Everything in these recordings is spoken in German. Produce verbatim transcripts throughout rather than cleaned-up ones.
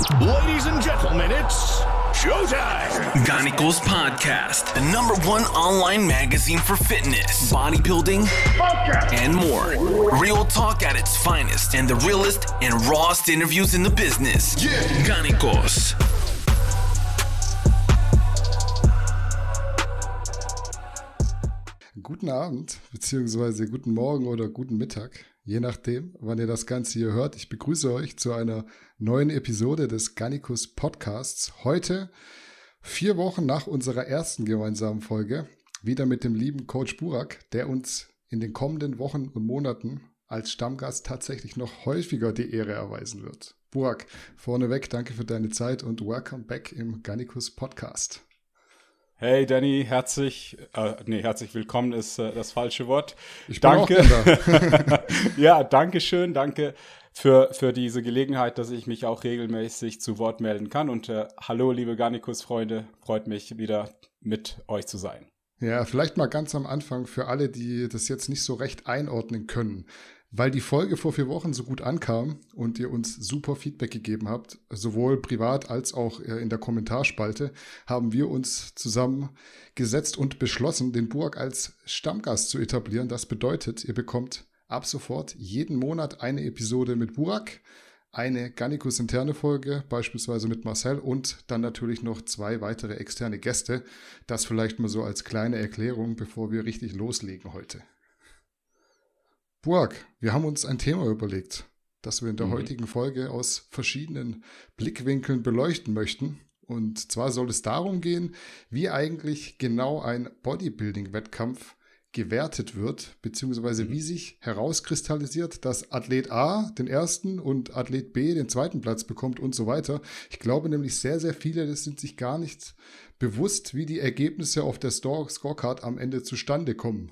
Ladies and gentlemen, it's showtime! Ganikos Podcast, the number one online magazine for fitness, bodybuilding, Podcast. and more. Real talk at its finest and the realest and rawest interviews in the business. Yeah. Ganikos. Guten Abend, beziehungsweise guten Morgen oder guten Mittag, je nachdem, wann ihr das Ganze hier hört. Ich begrüße euch zu einer neuen Episode des Ganikos Podcasts. Heute, vier Wochen nach unserer ersten gemeinsamen Folge, wieder mit dem lieben Coach Burak, der uns in den kommenden Wochen und Monaten als Stammgast tatsächlich noch häufiger die Ehre erweisen wird. Burak, vorneweg, danke für deine Zeit und welcome back im Ganikos Podcast. Hey Danny, herzlich, äh, nee, herzlich willkommen ist äh, das falsche Wort. Ich bin danke. Auch da. Ja, danke schön, danke für, für diese Gelegenheit, dass ich mich auch regelmäßig zu Wort melden kann. Und äh, hallo, liebe Ganikos-Freunde, freut mich wieder mit euch zu sein. Ja, vielleicht mal ganz am Anfang für alle, die das jetzt nicht so recht einordnen können. Weil die Folge vor vier Wochen so gut ankam und ihr uns super Feedback gegeben habt, sowohl privat als auch in der Kommentarspalte, haben wir uns zusammengesetzt und beschlossen, den Burak als Stammgast zu etablieren. Das bedeutet, ihr bekommt ab sofort jeden Monat eine Episode mit Burak, eine Ganikos interne Folge, beispielsweise mit Marcel und dann natürlich noch zwei weitere externe Gäste. Das vielleicht mal so als kleine Erklärung, bevor wir richtig loslegen heute. Burak, wir haben uns ein Thema überlegt, das wir in der mhm. heutigen Folge aus verschiedenen Blickwinkeln beleuchten möchten. Und zwar soll es darum gehen, wie eigentlich genau ein Bodybuilding-Wettkampf gewertet wird, beziehungsweise mhm. wie sich herauskristallisiert, dass Athlet A den ersten und Athlet B den zweiten Platz bekommt und so weiter. Ich glaube nämlich, sehr, sehr viele das sind sich gar nicht bewusst, wie die Ergebnisse auf der Scorecard am Ende zustande kommen.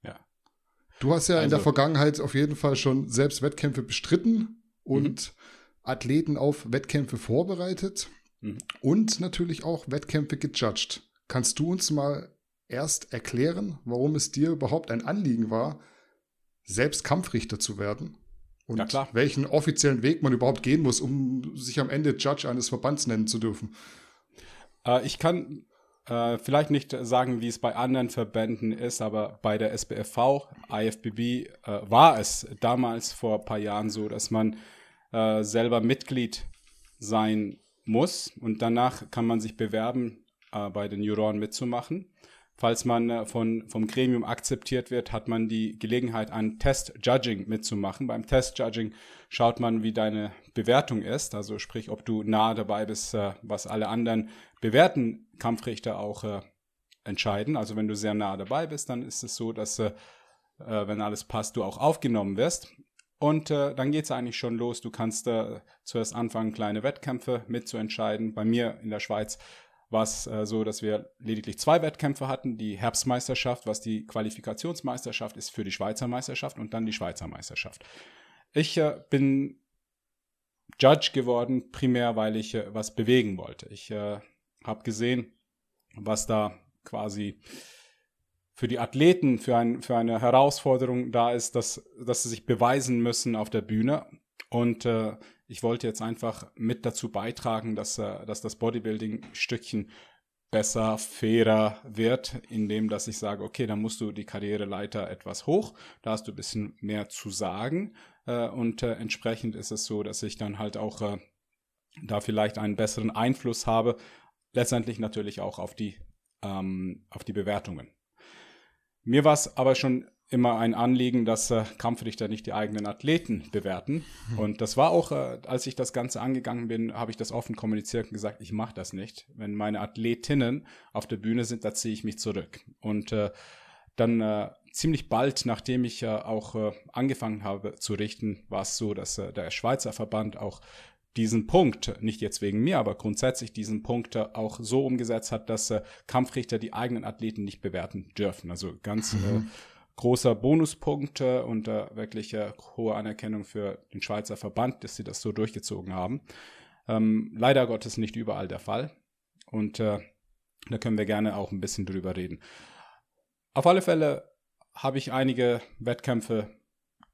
Du hast ja also in der Vergangenheit auf jeden Fall schon selbst Wettkämpfe bestritten und mhm. Athleten auf Wettkämpfe vorbereitet mhm. und natürlich auch Wettkämpfe gejudged. Kannst du uns mal erst erklären, warum es dir überhaupt ein Anliegen war, selbst Kampfrichter zu werden? Und ja, klar. welchen offiziellen Weg man überhaupt gehen muss, um sich am Ende Judge eines Verbands nennen zu dürfen? Äh, ich kann Äh, vielleicht nicht sagen, wie es bei anderen Verbänden ist, aber bei der S B F V, I F B B, äh, war es damals vor ein paar Jahren so, dass man äh, selber Mitglied sein muss und danach kann man sich bewerben, äh, bei den Juroren mitzumachen. Falls man äh, von, vom Gremium akzeptiert wird, hat man die Gelegenheit, ein Test-Judging mitzumachen. Beim Test-Judging schaut man, wie deine Bewertung ist, also sprich, ob du nah dabei bist, äh, was alle anderen bewährten Kampfrichter auch äh, entscheiden. Also wenn du sehr nah dabei bist, dann ist es so, dass, äh, wenn alles passt, du auch aufgenommen wirst. Und äh, dann geht es eigentlich schon los. Du kannst äh, zuerst anfangen, kleine Wettkämpfe mitzuentscheiden. Bei mir in der Schweiz war es äh, so, dass wir lediglich zwei Wettkämpfe hatten. Die Herbstmeisterschaft, was die Qualifikationsmeisterschaft ist für die Schweizer Meisterschaft und dann die Schweizer Meisterschaft. Ich äh, bin Judge geworden, primär, weil ich äh, was bewegen wollte. Ich äh, habe gesehen, was da quasi für die Athleten für, ein, für eine Herausforderung da ist, dass, dass sie sich beweisen müssen auf der Bühne. Und äh, ich wollte jetzt einfach mit dazu beitragen, dass, äh, dass das Bodybuilding-Stückchen besser, fairer wird, indem dass ich sage, okay, dann musst du die Karriereleiter etwas hoch, da hast du ein bisschen mehr zu sagen. Äh, und äh, entsprechend ist es so, dass ich dann halt auch äh, da vielleicht einen besseren Einfluss habe, letztendlich natürlich auch auf die, ähm, auf die Bewertungen. Mir war es aber schon immer ein Anliegen, dass äh, Kampfrichter nicht die eigenen Athleten bewerten. Mhm. Und das war auch, äh, als ich das Ganze angegangen bin, habe ich das offen kommuniziert und gesagt, ich mache das nicht. Wenn meine Athletinnen auf der Bühne sind, da ziehe ich mich zurück. Und äh, dann äh, ziemlich bald, nachdem ich äh, auch äh, angefangen habe zu richten, war es so, dass äh, der Schweizer Verband auch diesen Punkt, nicht jetzt wegen mir, aber grundsätzlich diesen Punkt auch so umgesetzt hat, dass äh, Kampfrichter die eigenen Athleten nicht bewerten dürfen. Also ganz mhm. äh, großer Bonuspunkt äh, und äh, wirklich äh, hohe Anerkennung für den Schweizer Verband, dass sie das so durchgezogen haben. Ähm, leider Gottes nicht überall der Fall. Und äh, da können wir gerne auch ein bisschen drüber reden. Auf alle Fälle habe ich einige Wettkämpfe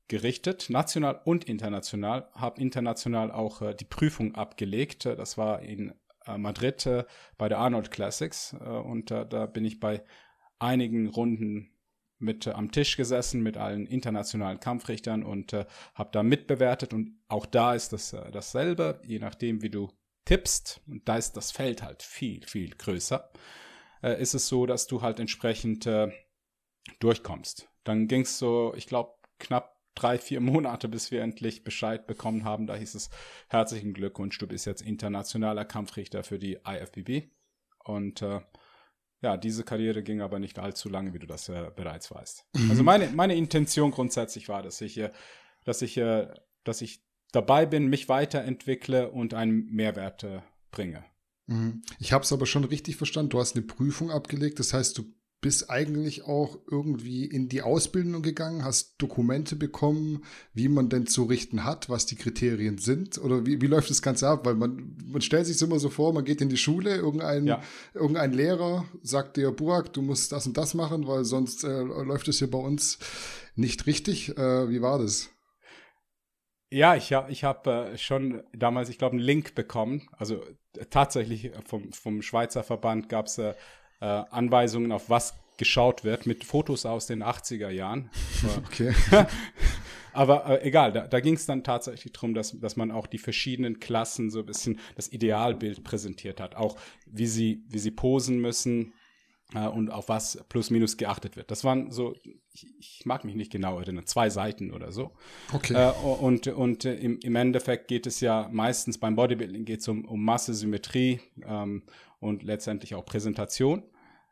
gerichtet, national und international, habe international auch äh, die Prüfung abgelegt. Das war in äh, Madrid äh, bei der Arnold Classics äh, und äh, da bin ich bei einigen Runden mit äh, am Tisch gesessen mit allen internationalen Kampfrichtern und äh, habe da mitbewertet und auch da ist das äh, dasselbe, je nachdem wie du tippst und da ist das Feld halt viel, viel größer, äh, ist es so, dass du halt entsprechend äh, durchkommst. Dann ging es so, ich glaube, knapp drei, vier Monate, bis wir endlich Bescheid bekommen haben. Da hieß es, herzlichen Glückwunsch, du bist jetzt internationaler Kampfrichter für die I F B B. Und äh, ja, diese Karriere ging aber nicht allzu lange, wie du das äh, bereits weißt. Also meine, meine Intention grundsätzlich war, dass ich, äh, dass ich, äh, dass ich dabei bin, mich weiterentwickle und einen Mehrwert äh, bringe. Ich habe es aber schon richtig verstanden. Du hast eine Prüfung abgelegt. Das heißt, du bist eigentlich auch irgendwie in die Ausbildung gegangen, hast Dokumente bekommen, wie man denn zu richten hat, was die Kriterien sind? Oder wie, wie läuft das Ganze ab? Weil man, man stellt sich immer so vor, man geht in die Schule, irgendein, ja. irgendein Lehrer sagt dir, Burak, du musst das und das machen, weil sonst äh, läuft es hier bei uns nicht richtig. Äh, wie war das? Ja, ich, ja, ich habe äh, schon damals, ich glaube, einen Link bekommen. Also äh, tatsächlich vom, vom Schweizer Verband gab es äh, Äh, Anweisungen, auf was geschaut wird, mit Fotos aus den achtziger Jahren. Okay. Aber äh, egal, da, da ging es dann tatsächlich darum, dass, dass man auch die verschiedenen Klassen so ein bisschen das Idealbild präsentiert hat. Auch wie sie, wie sie posen müssen äh, und auf was plus minus geachtet wird. Das waren so, ich, ich mag mich nicht genau erinnern, zwei Seiten oder so. Okay. Äh, und und äh, im, im Endeffekt geht es ja meistens beim Bodybuilding geht es um, um Masse, Symmetrie ähm, und letztendlich auch Präsentation.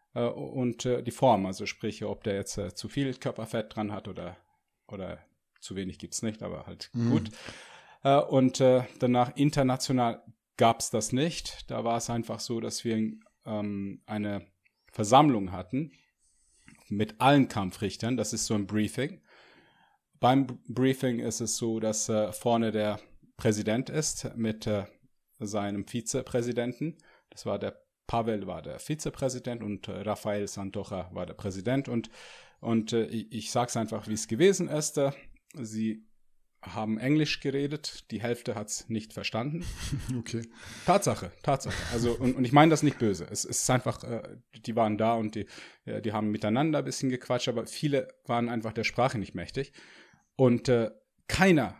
Und äh, die Form, also sprich, ob der jetzt äh, zu viel Körperfett dran hat oder, oder zu wenig gibt es nicht, aber halt mhm. gut. Äh, und äh, danach international gab es das nicht. Da war es einfach so, dass wir ähm, eine Versammlung hatten mit allen Kampfrichtern. Das ist so ein Briefing. Beim Briefing ist es so, dass äh, vorne der Präsident ist mit äh, seinem Vizepräsidenten. Das war der Pavel war der Vizepräsident und äh, Rafael Santoja war der Präsident. Und, und äh, ich, ich sage es einfach, wie es gewesen ist. Äh, sie haben Englisch geredet, die Hälfte hat es nicht verstanden. Okay. Tatsache, Tatsache. Also, und, und ich meine das nicht böse. Es, es ist einfach, äh, die waren da und die, äh, die haben miteinander ein bisschen gequatscht, aber viele waren einfach der Sprache nicht mächtig. Und äh, keiner,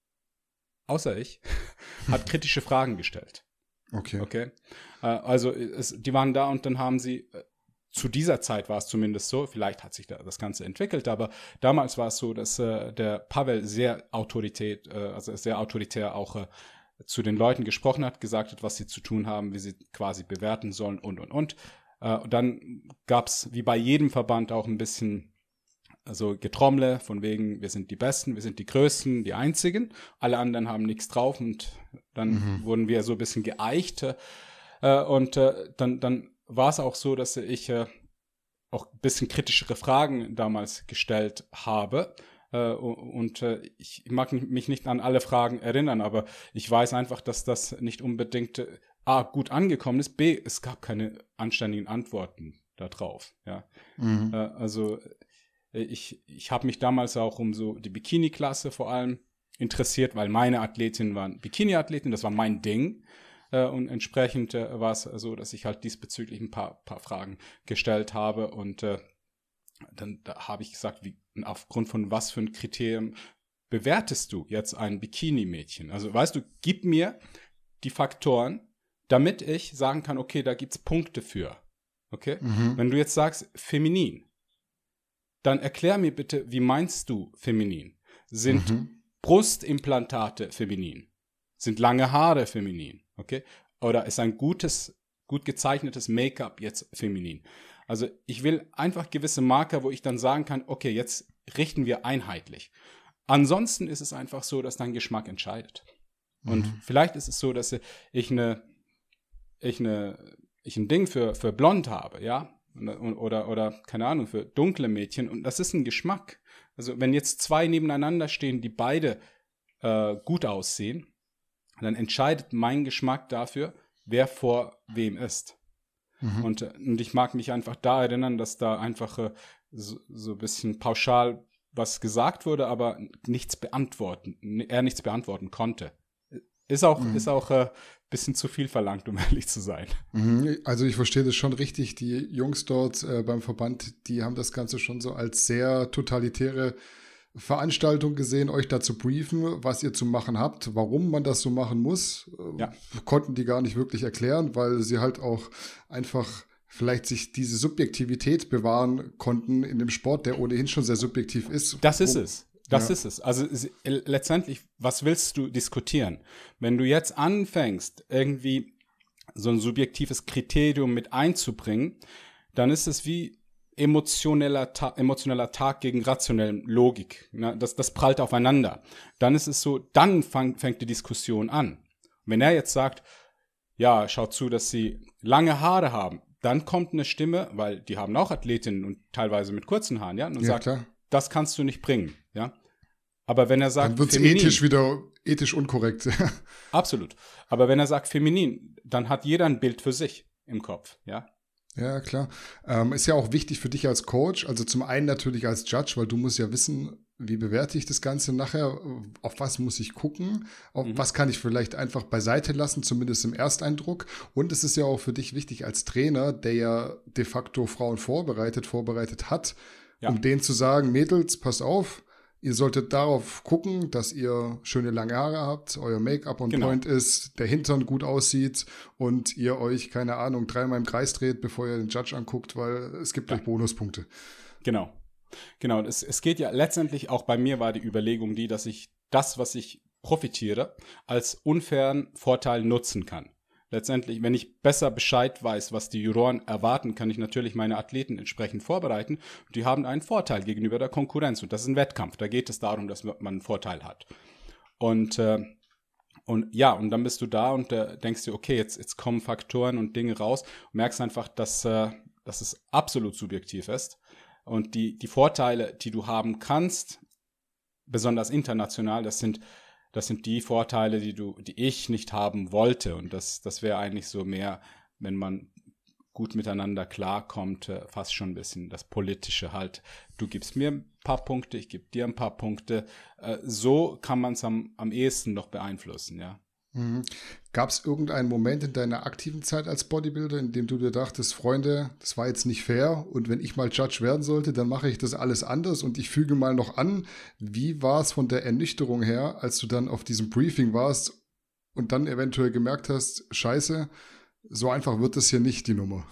außer ich, hat kritische Fragen gestellt. Okay. Okay. Äh, also es, die waren da und dann haben sie, äh, zu dieser Zeit war es zumindest so, vielleicht hat sich da das Ganze entwickelt, aber damals war es so, dass äh, der Pavel sehr Autorität, äh, also sehr autoritär auch äh, zu den Leuten gesprochen hat, gesagt hat, was sie zu tun haben, wie sie quasi bewerten sollen und, und, und. Äh, dann gab es wie bei jedem Verband auch ein bisschen also Getrommle, von wegen, wir sind die Besten, wir sind die Größten, die Einzigen. Alle anderen haben nichts drauf und dann mhm. wurden wir so ein bisschen geeicht. Äh, und äh, dann, dann war es auch so, dass ich äh, auch ein bisschen kritischere Fragen damals gestellt habe. Äh, und äh, ich mag mich nicht an alle Fragen erinnern, aber ich weiß einfach, dass das nicht unbedingt äh, A, gut angekommen ist, B, es gab keine anständigen Antworten darauf. Ja? Mhm. Äh, also Ich, ich habe mich damals auch um so die Bikini-Klasse vor allem interessiert, weil meine Athletinnen waren Bikini-Athletinnen, das war mein Ding. Äh, und entsprechend äh, war es so, dass ich halt diesbezüglich ein paar, paar Fragen gestellt habe. Und äh, dann da habe ich gesagt, wie, aufgrund von was für ein Kriterium bewertest du jetzt ein Bikini-Mädchen? Also weißt du, gib mir die Faktoren, damit ich sagen kann, okay, da gibt es Punkte für. Okay? Mhm. Wenn du jetzt sagst, feminin, dann erklär mir bitte, wie meinst du feminin? Sind mhm. Brustimplantate feminin? Sind lange Haare feminin? Okay? Oder ist ein gutes, gut gezeichnetes Make-up jetzt feminin? Also ich will einfach gewisse Marker, wo ich dann sagen kann, okay, jetzt richten wir einheitlich. Ansonsten ist es einfach so, dass dein Geschmack entscheidet. Mhm. Und vielleicht ist es so, dass ich eine, ich eine, ich ein Ding für, für blond habe, ja? Oder, oder, keine Ahnung, für dunkle Mädchen. Und das ist ein Geschmack. Also wenn jetzt zwei nebeneinander stehen, die beide äh, gut aussehen, dann entscheidet mein Geschmack dafür, wer vor wem ist. Mhm. Und, und ich mag mich einfach da erinnern, dass da einfach äh, so, so ein bisschen pauschal was gesagt wurde, aber nichts beantworten, er nichts beantworten konnte. Ist auch, mhm. ist auch ein äh, bisschen zu viel verlangt, um ehrlich zu sein. Mhm. Also ich verstehe das schon richtig. Die Jungs dort äh, beim Verband, die haben das Ganze schon so als sehr totalitäre Veranstaltung gesehen, euch da zu briefen, was ihr zu machen habt, warum man das so machen muss. Ja. Konnten die gar nicht wirklich erklären, weil sie halt auch einfach vielleicht sich diese Subjektivität bewahren konnten in dem Sport, der ohnehin schon sehr subjektiv ist. Das ist es. Das Ja. ist es. Also es, letztendlich, was willst du diskutieren? Wenn du jetzt anfängst, irgendwie so ein subjektives Kriterium mit einzubringen, dann ist es wie emotioneller, Ta- emotioneller Tag gegen rationelle Logik. Ne? Das, das prallt aufeinander. Dann ist es so, dann fang, fängt die Diskussion an. Wenn er jetzt sagt, ja, schaut zu, dass sie lange Haare haben, dann kommt eine Stimme, weil die haben auch Athletinnen und teilweise mit kurzen Haaren, ja, und Ja, sagt, klar. das kannst du nicht bringen, ja. Aber wenn er sagt, Dann wird es feminin, ethisch wieder ethisch unkorrekt. absolut. Aber wenn er sagt feminin, dann hat jeder ein Bild für sich im Kopf, ja. Ja, klar. Ähm, ist ja auch wichtig für dich als Coach. Also zum einen natürlich als Judge, weil du musst ja wissen, wie bewerte ich das Ganze nachher, auf was muss ich gucken, auf mhm. was kann ich vielleicht einfach beiseite lassen, zumindest im Ersteindruck. Und es ist ja auch für dich wichtig als Trainer, der ja de facto Frauen vorbereitet, vorbereitet hat, ja. um denen zu sagen, Mädels, pass auf, ihr solltet darauf gucken, dass ihr schöne lange Haare habt, euer Make-up on Genau. point ist, der Hintern gut aussieht und ihr euch, keine Ahnung, dreimal im Kreis dreht, bevor ihr den Judge anguckt, weil es gibt Ja. euch Bonuspunkte. Genau. Genau. Es, es geht ja letztendlich, auch bei mir war die Überlegung die, dass ich das, was ich profitiere, als unfairen Vorteil nutzen kann. Letztendlich, wenn ich besser Bescheid weiß, was die Juroren erwarten, kann ich natürlich meine Athleten entsprechend vorbereiten. Die haben einen Vorteil gegenüber der Konkurrenz. Und das ist ein Wettkampf. Da geht es darum, dass man einen Vorteil hat. Und, äh, und ja, und dann bist du da und äh, denkst dir, okay, jetzt, jetzt kommen Faktoren und Dinge raus. Und merkst einfach, dass, äh, dass es absolut subjektiv ist. Und die, die Vorteile, die du haben kannst, besonders international, das sind Das sind die Vorteile, die du, die ich nicht haben wollte. Und das, das wäre eigentlich so mehr, wenn man gut miteinander klarkommt, fast schon ein bisschen das Politische halt. Du gibst mir ein paar Punkte, ich gebe dir ein paar Punkte. So kann man es am, am ehesten noch beeinflussen, ja. Mhm. Gab es irgendeinen Moment in deiner aktiven Zeit als Bodybuilder, in dem du dir dachtest, Freunde, das war jetzt nicht fair und wenn ich mal Judge werden sollte, dann mache ich das alles anders und ich füge mal noch an, wie war es von der Ernüchterung her, als du dann auf diesem Briefing warst und dann eventuell gemerkt hast, scheiße, so einfach wird das hier nicht, die Nummer.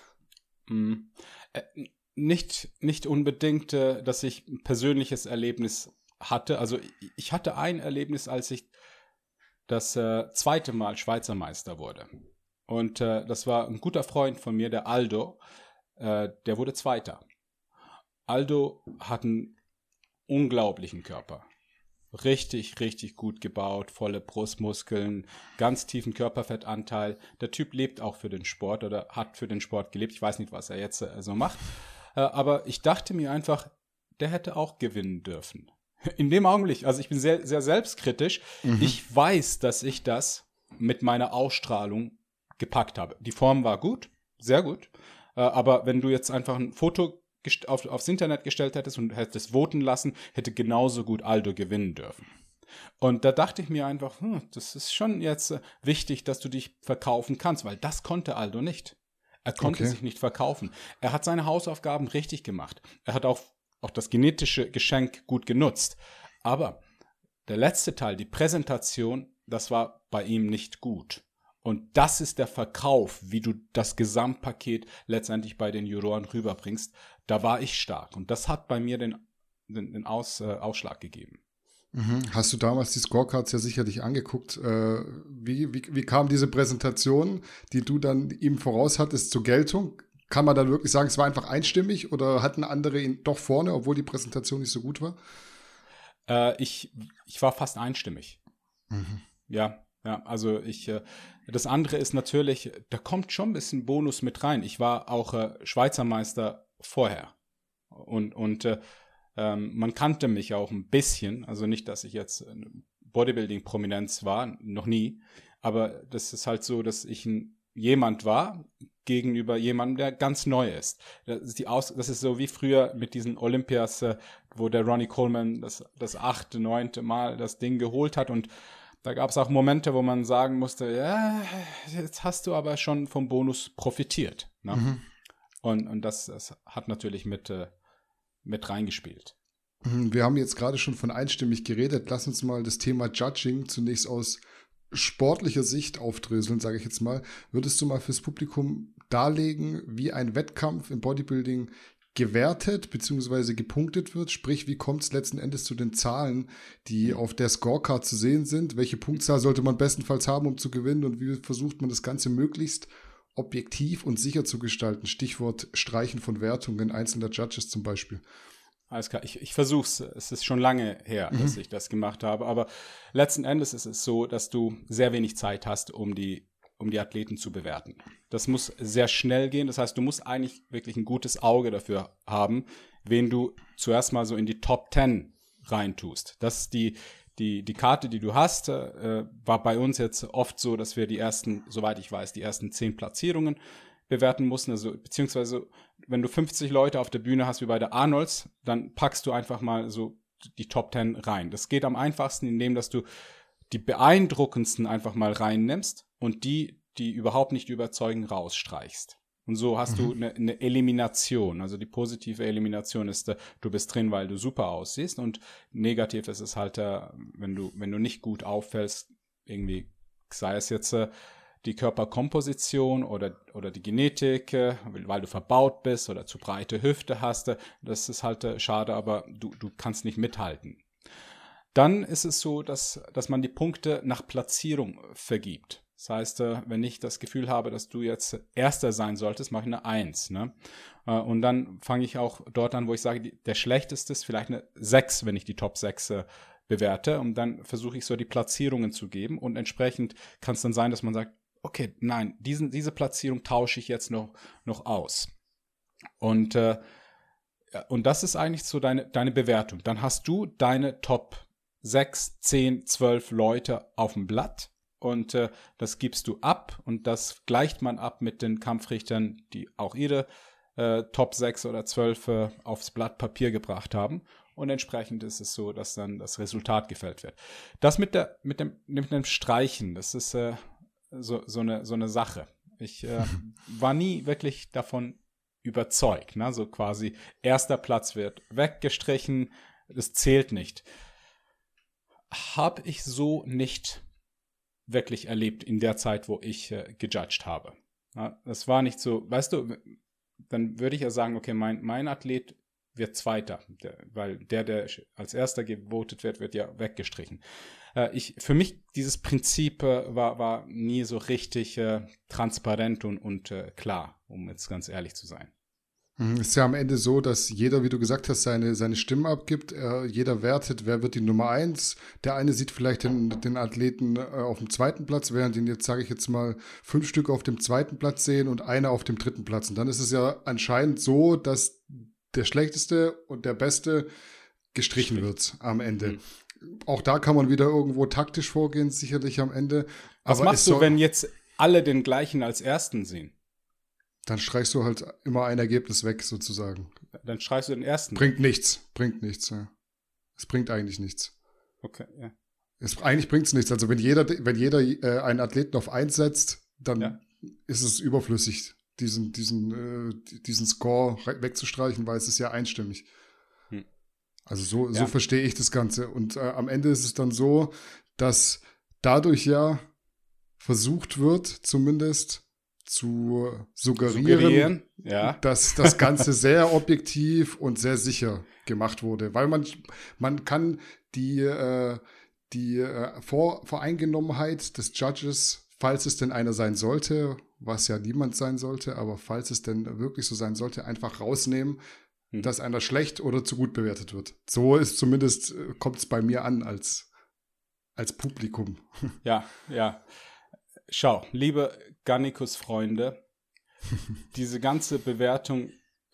Mhm. Äh, nicht, nicht unbedingt, äh, dass ich ein persönliches Erlebnis hatte. Also ich hatte ein Erlebnis, als ich das äh, zweite Mal Schweizer Meister wurde. Und äh, das war ein guter Freund von mir, der Aldo, äh, der wurde Zweiter. Aldo hat einen unglaublichen Körper. Richtig, richtig gut gebaut, volle Brustmuskeln, ganz tiefen Körperfettanteil. Der Typ lebt auch für den Sport oder hat für den Sport gelebt. Ich weiß nicht, was er jetzt äh, so macht. Äh, aber ich dachte mir einfach, der hätte auch gewinnen dürfen. In dem Augenblick, also ich bin sehr, sehr selbstkritisch. Mhm. Ich weiß, dass ich das mit meiner Ausstrahlung gepackt habe. Die Form war gut, sehr gut. Äh, aber wenn du jetzt einfach ein Foto gest- auf, aufs Internet gestellt hättest und hättest voten lassen, hätte genauso gut Aldo gewinnen dürfen. Und da dachte ich mir einfach, hm, das ist schon jetzt äh, wichtig, dass du dich verkaufen kannst, weil das konnte Aldo nicht. Er konnte Okay. sich nicht verkaufen. Er hat seine Hausaufgaben richtig gemacht. Er hat auch auch das genetische Geschenk gut genutzt. Aber der letzte Teil, die Präsentation, das war bei ihm nicht gut. Und das ist der Verkauf, wie du das Gesamtpaket letztendlich bei den Juroren rüberbringst. Da war ich stark. Und das hat bei mir den, den, den Aus, äh, Ausschlag gegeben. Mhm. Hast du damals die Scorecards ja sicherlich angeguckt? Äh, wie, wie, wie kam diese Präsentation, die du dann ihm voraus hattest, zur Geltung? Kann man dann wirklich sagen, es war einfach einstimmig oder hatten andere ihn doch vorne, obwohl die Präsentation nicht so gut war? Äh, ich, ich war fast einstimmig. Mhm. Ja, ja, also ich, äh, das andere ist natürlich, da kommt schon ein bisschen Bonus mit rein. Ich war auch äh, Schweizer Meister vorher. Und, und äh, ähm, man kannte mich auch ein bisschen, also nicht, dass ich jetzt Bodybuilding-Prominenz war, noch nie, aber das ist halt so, dass ich ein jemand war gegenüber jemandem, der ganz neu ist. Das ist, die Aus- das ist so wie früher mit diesen Olympias, äh, wo der Ronnie Coleman das, das achte, neunte Mal das Ding geholt hat, und da gab es auch Momente, wo man sagen musste, ja, jetzt hast du aber schon vom Bonus profitiert. Ne? Mhm. Und, und das, das hat natürlich mit, äh, mit reingespielt. Wir haben jetzt gerade schon von einstimmig geredet. Lass uns mal das Thema Judging zunächst aus sportlicher Sicht aufdröseln, sage ich jetzt mal. Würdest du mal fürs Publikum darlegen, wie ein Wettkampf im Bodybuilding gewertet bzw. gepunktet wird? Sprich, wie kommt es letzten Endes zu den Zahlen, die auf der Scorecard zu sehen sind? Welche Punktzahl sollte man bestenfalls haben, um zu gewinnen? Und wie versucht man das Ganze möglichst objektiv und sicher zu gestalten? Stichwort Streichen von Wertungen einzelner Judges zum Beispiel. Alles klar, ich, ich versuche es. Es ist schon lange her, mhm. dass ich das gemacht habe. Aber letzten Endes ist es so, dass du sehr wenig Zeit hast, um die, um die Athleten zu bewerten. Das muss sehr schnell gehen. Das heißt, du musst eigentlich wirklich ein gutes Auge dafür haben, wen du zuerst mal so in die Top zehn reintust. Das ist die, die, die Karte, die du hast, äh, war bei uns jetzt oft so, dass wir die ersten, soweit ich weiß, die ersten zehn Platzierungen bewerten mussten, also beziehungsweise wenn du fünfzig Leute auf der Bühne hast wie bei der Arnolds, dann packst du einfach mal so die Top zehn rein. Das geht am einfachsten, indem dass du die beeindruckendsten einfach mal reinnimmst und die, die überhaupt nicht überzeugen, rausstreichst. Und so hast mhm. du eine, eine Elimination. Also die positive Elimination ist, du bist drin, weil du super aussiehst, und negativ ist es halt, wenn du, wenn du nicht gut auffällst, irgendwie, sei es jetzt die Körperkomposition oder, oder die Genetik, weil du verbaut bist oder zu breite Hüfte hast. Das ist halt schade, aber du, du kannst nicht mithalten. Dann ist es so, dass, dass man die Punkte nach Platzierung vergibt. Das heißt, wenn ich das Gefühl habe, dass du jetzt Erster sein solltest, mache ich eine Eins. Ne? Und dann fange ich auch dort an, wo ich sage, der Schlechteste ist vielleicht eine sechs, wenn ich die Top sechs bewerte. Und dann versuche ich so die Platzierungen zu geben. Und entsprechend kann es dann sein, dass man sagt, okay, nein, diesen, diese Platzierung tausche ich jetzt noch, noch aus. Und, äh, und das ist eigentlich so deine, deine Bewertung. Dann hast du deine Top sechs, zehn, zwölf Leute auf dem Blatt, und äh, das gibst du ab, und das gleicht man ab mit den Kampfrichtern, die auch ihre äh, Top sechs oder zwölf äh, aufs Blatt Papier gebracht haben. Und entsprechend ist es so, dass dann das Resultat gefällt wird. Das mit, der, mit, dem, mit dem Streichen, das ist äh, So, so, eine, so eine Sache. Ich äh, war nie wirklich davon überzeugt. Ne? So quasi, erster Platz wird weggestrichen, das zählt nicht. Habe ich so nicht wirklich erlebt in der Zeit, wo ich äh, gejudged habe. Ja, das war nicht so, weißt du, dann würde ich ja sagen, okay, mein, mein Athlet wird Zweiter, der, weil der, der als Erster gewotet wird, wird ja weggestrichen. Äh, ich, für mich, dieses Prinzip äh, war, war nie so richtig äh, transparent und, und äh, klar, um jetzt ganz ehrlich zu sein. Es ist ja am Ende so, dass jeder, wie du gesagt hast, seine, seine Stimmen abgibt. Äh, jeder wertet, wer wird die Nummer eins. Der eine sieht vielleicht den, den Athleten äh, auf dem zweiten Platz, während ihn jetzt, sage ich jetzt mal, fünf Stück auf dem zweiten Platz sehen und einer auf dem dritten Platz. Und dann ist es ja anscheinend so, dass der Schlechteste und der Beste gestrichen wird am Ende. Mhm. Auch da kann man wieder irgendwo taktisch vorgehen, sicherlich am Ende. Was Aber machst du, wenn jetzt alle den gleichen als Ersten sehen? Dann streichst du halt immer ein Ergebnis weg, sozusagen. Dann streichst du den ersten. Bringt nichts, bringt nichts, ja. Es bringt eigentlich nichts. Okay, ja. Es, eigentlich bringt es nichts. Also wenn jeder, wenn jeder äh, einen Athleten auf eins setzt, dann ja. ist es überflüssig, diesen, diesen, äh, diesen Score wegzustreichen, weil es ist ja einstimmig. Hm. Also so, ja. so verstehe ich das Ganze. Und äh, am Ende ist es dann so, dass dadurch ja versucht wird, zumindest zu suggerieren, suggerieren ja. dass das Ganze sehr objektiv und sehr sicher gemacht wurde. Weil man, man kann die, äh, die äh, Vor, Voreingenommenheit des Judges, falls es denn einer sein sollte, was ja niemand sein sollte, aber falls es denn wirklich so sein sollte, einfach rausnehmen, hm. dass einer schlecht oder zu gut bewertet wird. So ist zumindest, äh, kommt es bei mir an als, als Publikum. Ja, ja. Schau, liebe Gannikus-Freunde, diese ganze Bewertung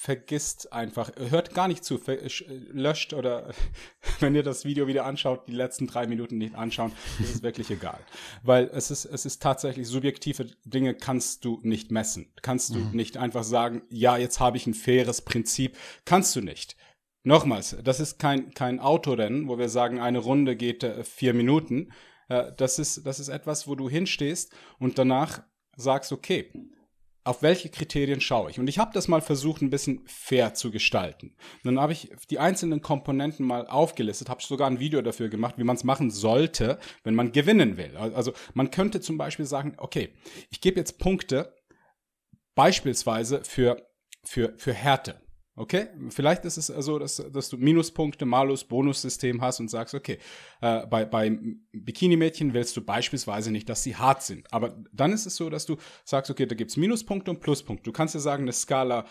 vergisst einfach, hört gar nicht zu, ver, löscht oder wenn ihr das Video wieder anschaut, die letzten drei Minuten nicht anschauen, ist es wirklich egal. Weil es ist, es ist tatsächlich, subjektive Dinge kannst du nicht messen. Kannst du mhm. nicht einfach sagen, ja, jetzt habe ich ein faires Prinzip. Kannst du nicht. Nochmals, das ist kein, kein Autorennen, wo wir sagen, eine Runde geht äh, vier Minuten. Äh, das ist, das ist etwas, wo du hinstehst und danach sagst, okay, auf welche Kriterien schaue ich? Und ich habe das mal versucht, ein bisschen fair zu gestalten. Und dann habe ich die einzelnen Komponenten mal aufgelistet, habe sogar ein Video dafür gemacht, wie man es machen sollte, wenn man gewinnen will. Also man könnte zum Beispiel sagen, okay, ich gebe jetzt Punkte beispielsweise für, für, für Härte. Okay, vielleicht ist es so, dass, dass du Minuspunkte, Malus, Bonussystem hast und sagst, okay, äh, bei, bei Bikini-Mädchen willst du beispielsweise nicht, dass sie hart sind. Aber dann ist es so, dass du sagst, okay, da gibt es Minuspunkte und Pluspunkte. Du kannst ja sagen, eine Skala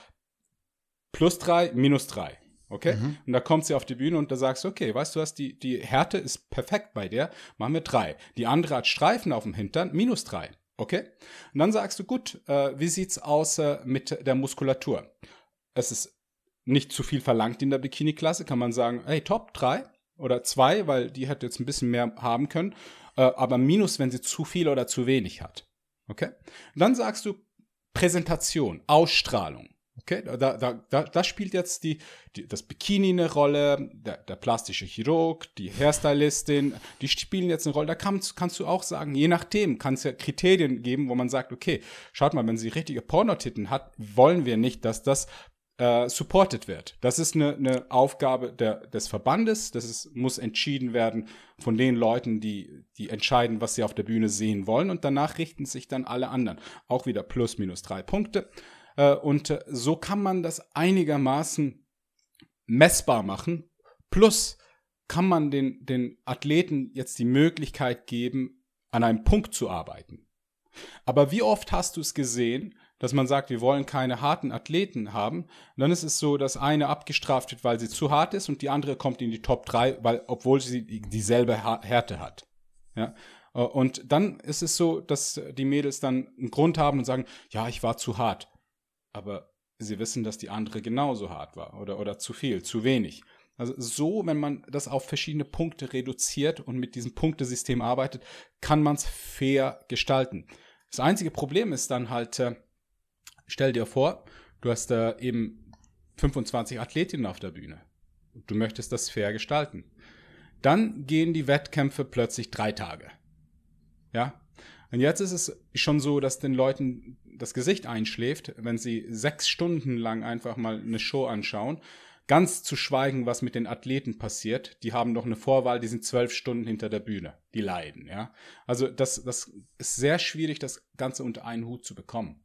plus drei, minus drei. Okay? Mhm. Und da kommt sie auf die Bühne und da sagst du, okay, weißt du was, die, die Härte ist perfekt bei der, machen wir drei. Die andere hat Streifen auf dem Hintern, minus drei. Okay? Und dann sagst du, gut, äh, wie sieht's aus äh, mit der Muskulatur? Es ist nicht zu viel verlangt in der Bikini-Klasse, kann man sagen, hey, top, drei oder zwei, weil die hätte jetzt ein bisschen mehr haben können, äh, aber minus, wenn sie zu viel oder zu wenig hat. Okay? Und dann sagst du Präsentation, Ausstrahlung. Okay? Da, da, da, da spielt jetzt die, die, das Bikini eine Rolle, der, der plastische Chirurg, die Hairstylistin, die spielen jetzt eine Rolle. Da kannst, kannst du auch sagen, je nachdem, kann es ja Kriterien geben, wo man sagt, okay, schaut mal, wenn sie richtige Pornotitten hat, wollen wir nicht, dass das Uh, supported wird. Das ist eine, eine Aufgabe der, des Verbandes. Das ist, muss entschieden werden von den Leuten, die, die entscheiden, was sie auf der Bühne sehen wollen. Und danach richten sich dann alle anderen. Auch wieder plus, minus drei Punkte. Uh, und uh, so kann man das einigermaßen messbar machen. Plus kann man den, den Athleten jetzt die Möglichkeit geben, an einem Punkt zu arbeiten. Aber wie oft hast du es gesehen, dass man sagt, wir wollen keine harten Athleten haben. Und dann ist es so, dass eine abgestraft wird, weil sie zu hart ist und die andere kommt in die Top drei, weil, obwohl sie dieselbe Härte hat. Ja? Und dann ist es so, dass die Mädels dann einen Grund haben und sagen, ja, ich war zu hart. Aber sie wissen, dass die andere genauso hart war oder, oder zu viel, zu wenig. Also so, wenn man das auf verschiedene Punkte reduziert und mit diesem Punktesystem arbeitet, kann man es fair gestalten. Das einzige Problem ist dann halt, äh, stell dir vor, du hast da äh, eben fünfundzwanzig Athletinnen auf der Bühne. Du möchtest das fair gestalten. Dann gehen die Wettkämpfe plötzlich drei Tage. Ja? Und jetzt ist es schon so, dass den Leuten das Gesicht einschläft, wenn sie sechs Stunden lang einfach mal eine Show anschauen. Ganz zu schweigen, was mit den Athleten passiert. Die haben doch eine Vorwahl, die sind zwölf Stunden hinter der Bühne. Die leiden, ja. Also das, das ist sehr schwierig, das Ganze unter einen Hut zu bekommen.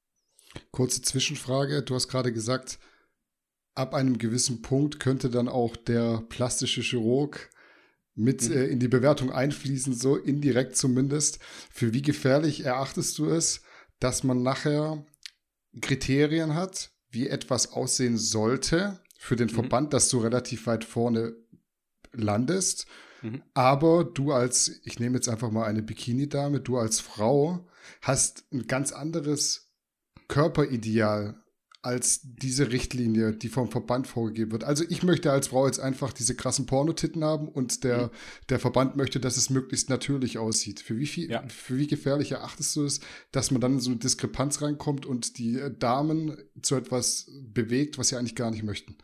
Kurze Zwischenfrage. Du hast gerade gesagt, ab einem gewissen Punkt könnte dann auch der plastische Chirurg mit mhm. äh, in die Bewertung einfließen, so indirekt zumindest. Für wie gefährlich erachtest du es, dass man nachher Kriterien hat, wie etwas aussehen sollte für den mhm. Verband, dass du relativ weit vorne landest, mhm. aber du als, ich nehme jetzt einfach mal eine Bikini-Dame, du als Frau hast ein ganz anderes Körperideal als diese Richtlinie, die vom Verband vorgegeben wird. Also ich möchte als Frau jetzt einfach diese krassen Pornotitten haben und der, mhm. der Verband möchte, dass es möglichst natürlich aussieht. Für wie viel, ja. für wie gefährlich erachtest du es, dass man dann in so eine Diskrepanz reinkommt und die Damen zu etwas bewegt, was sie eigentlich gar nicht möchten?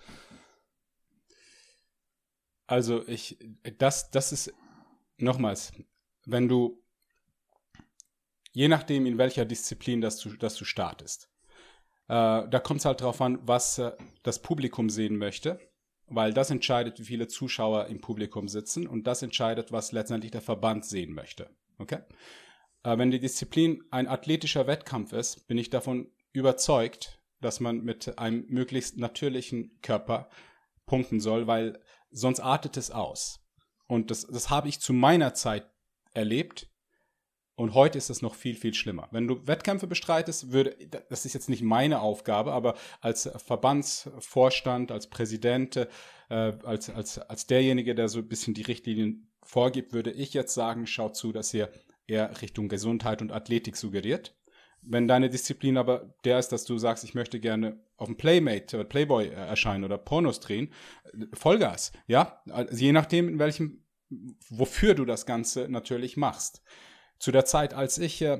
Also ich, das, das ist, nochmals, wenn du, je nachdem, in welcher Disziplin das du, das du startest, äh, da kommt es halt drauf an, was äh, das Publikum sehen möchte, weil das entscheidet, wie viele Zuschauer im Publikum sitzen und das entscheidet, was letztendlich der Verband sehen möchte. Okay? Äh, wenn die Disziplin ein athletischer Wettkampf ist, bin ich davon überzeugt, dass man mit einem möglichst natürlichen Körper punkten soll, weil sonst artet es aus. Und das, das habe ich zu meiner Zeit erlebt. Und heute ist es noch viel, viel schlimmer. Wenn du Wettkämpfe bestreitest, würde, das ist jetzt nicht meine Aufgabe, aber als Verbandsvorstand, als Präsident, äh, als, als, als derjenige, der so ein bisschen die Richtlinien vorgibt, würde ich jetzt sagen, schaut zu, dass ihr eher Richtung Gesundheit und Athletik suggeriert. Wenn deine Disziplin aber der ist, dass du sagst, ich möchte gerne auf dem Playmate oder Playboy erscheinen oder Pornos drehen, Vollgas, ja, also je nachdem, in welchem, wofür du das Ganze natürlich machst. Zu der Zeit, als ich äh,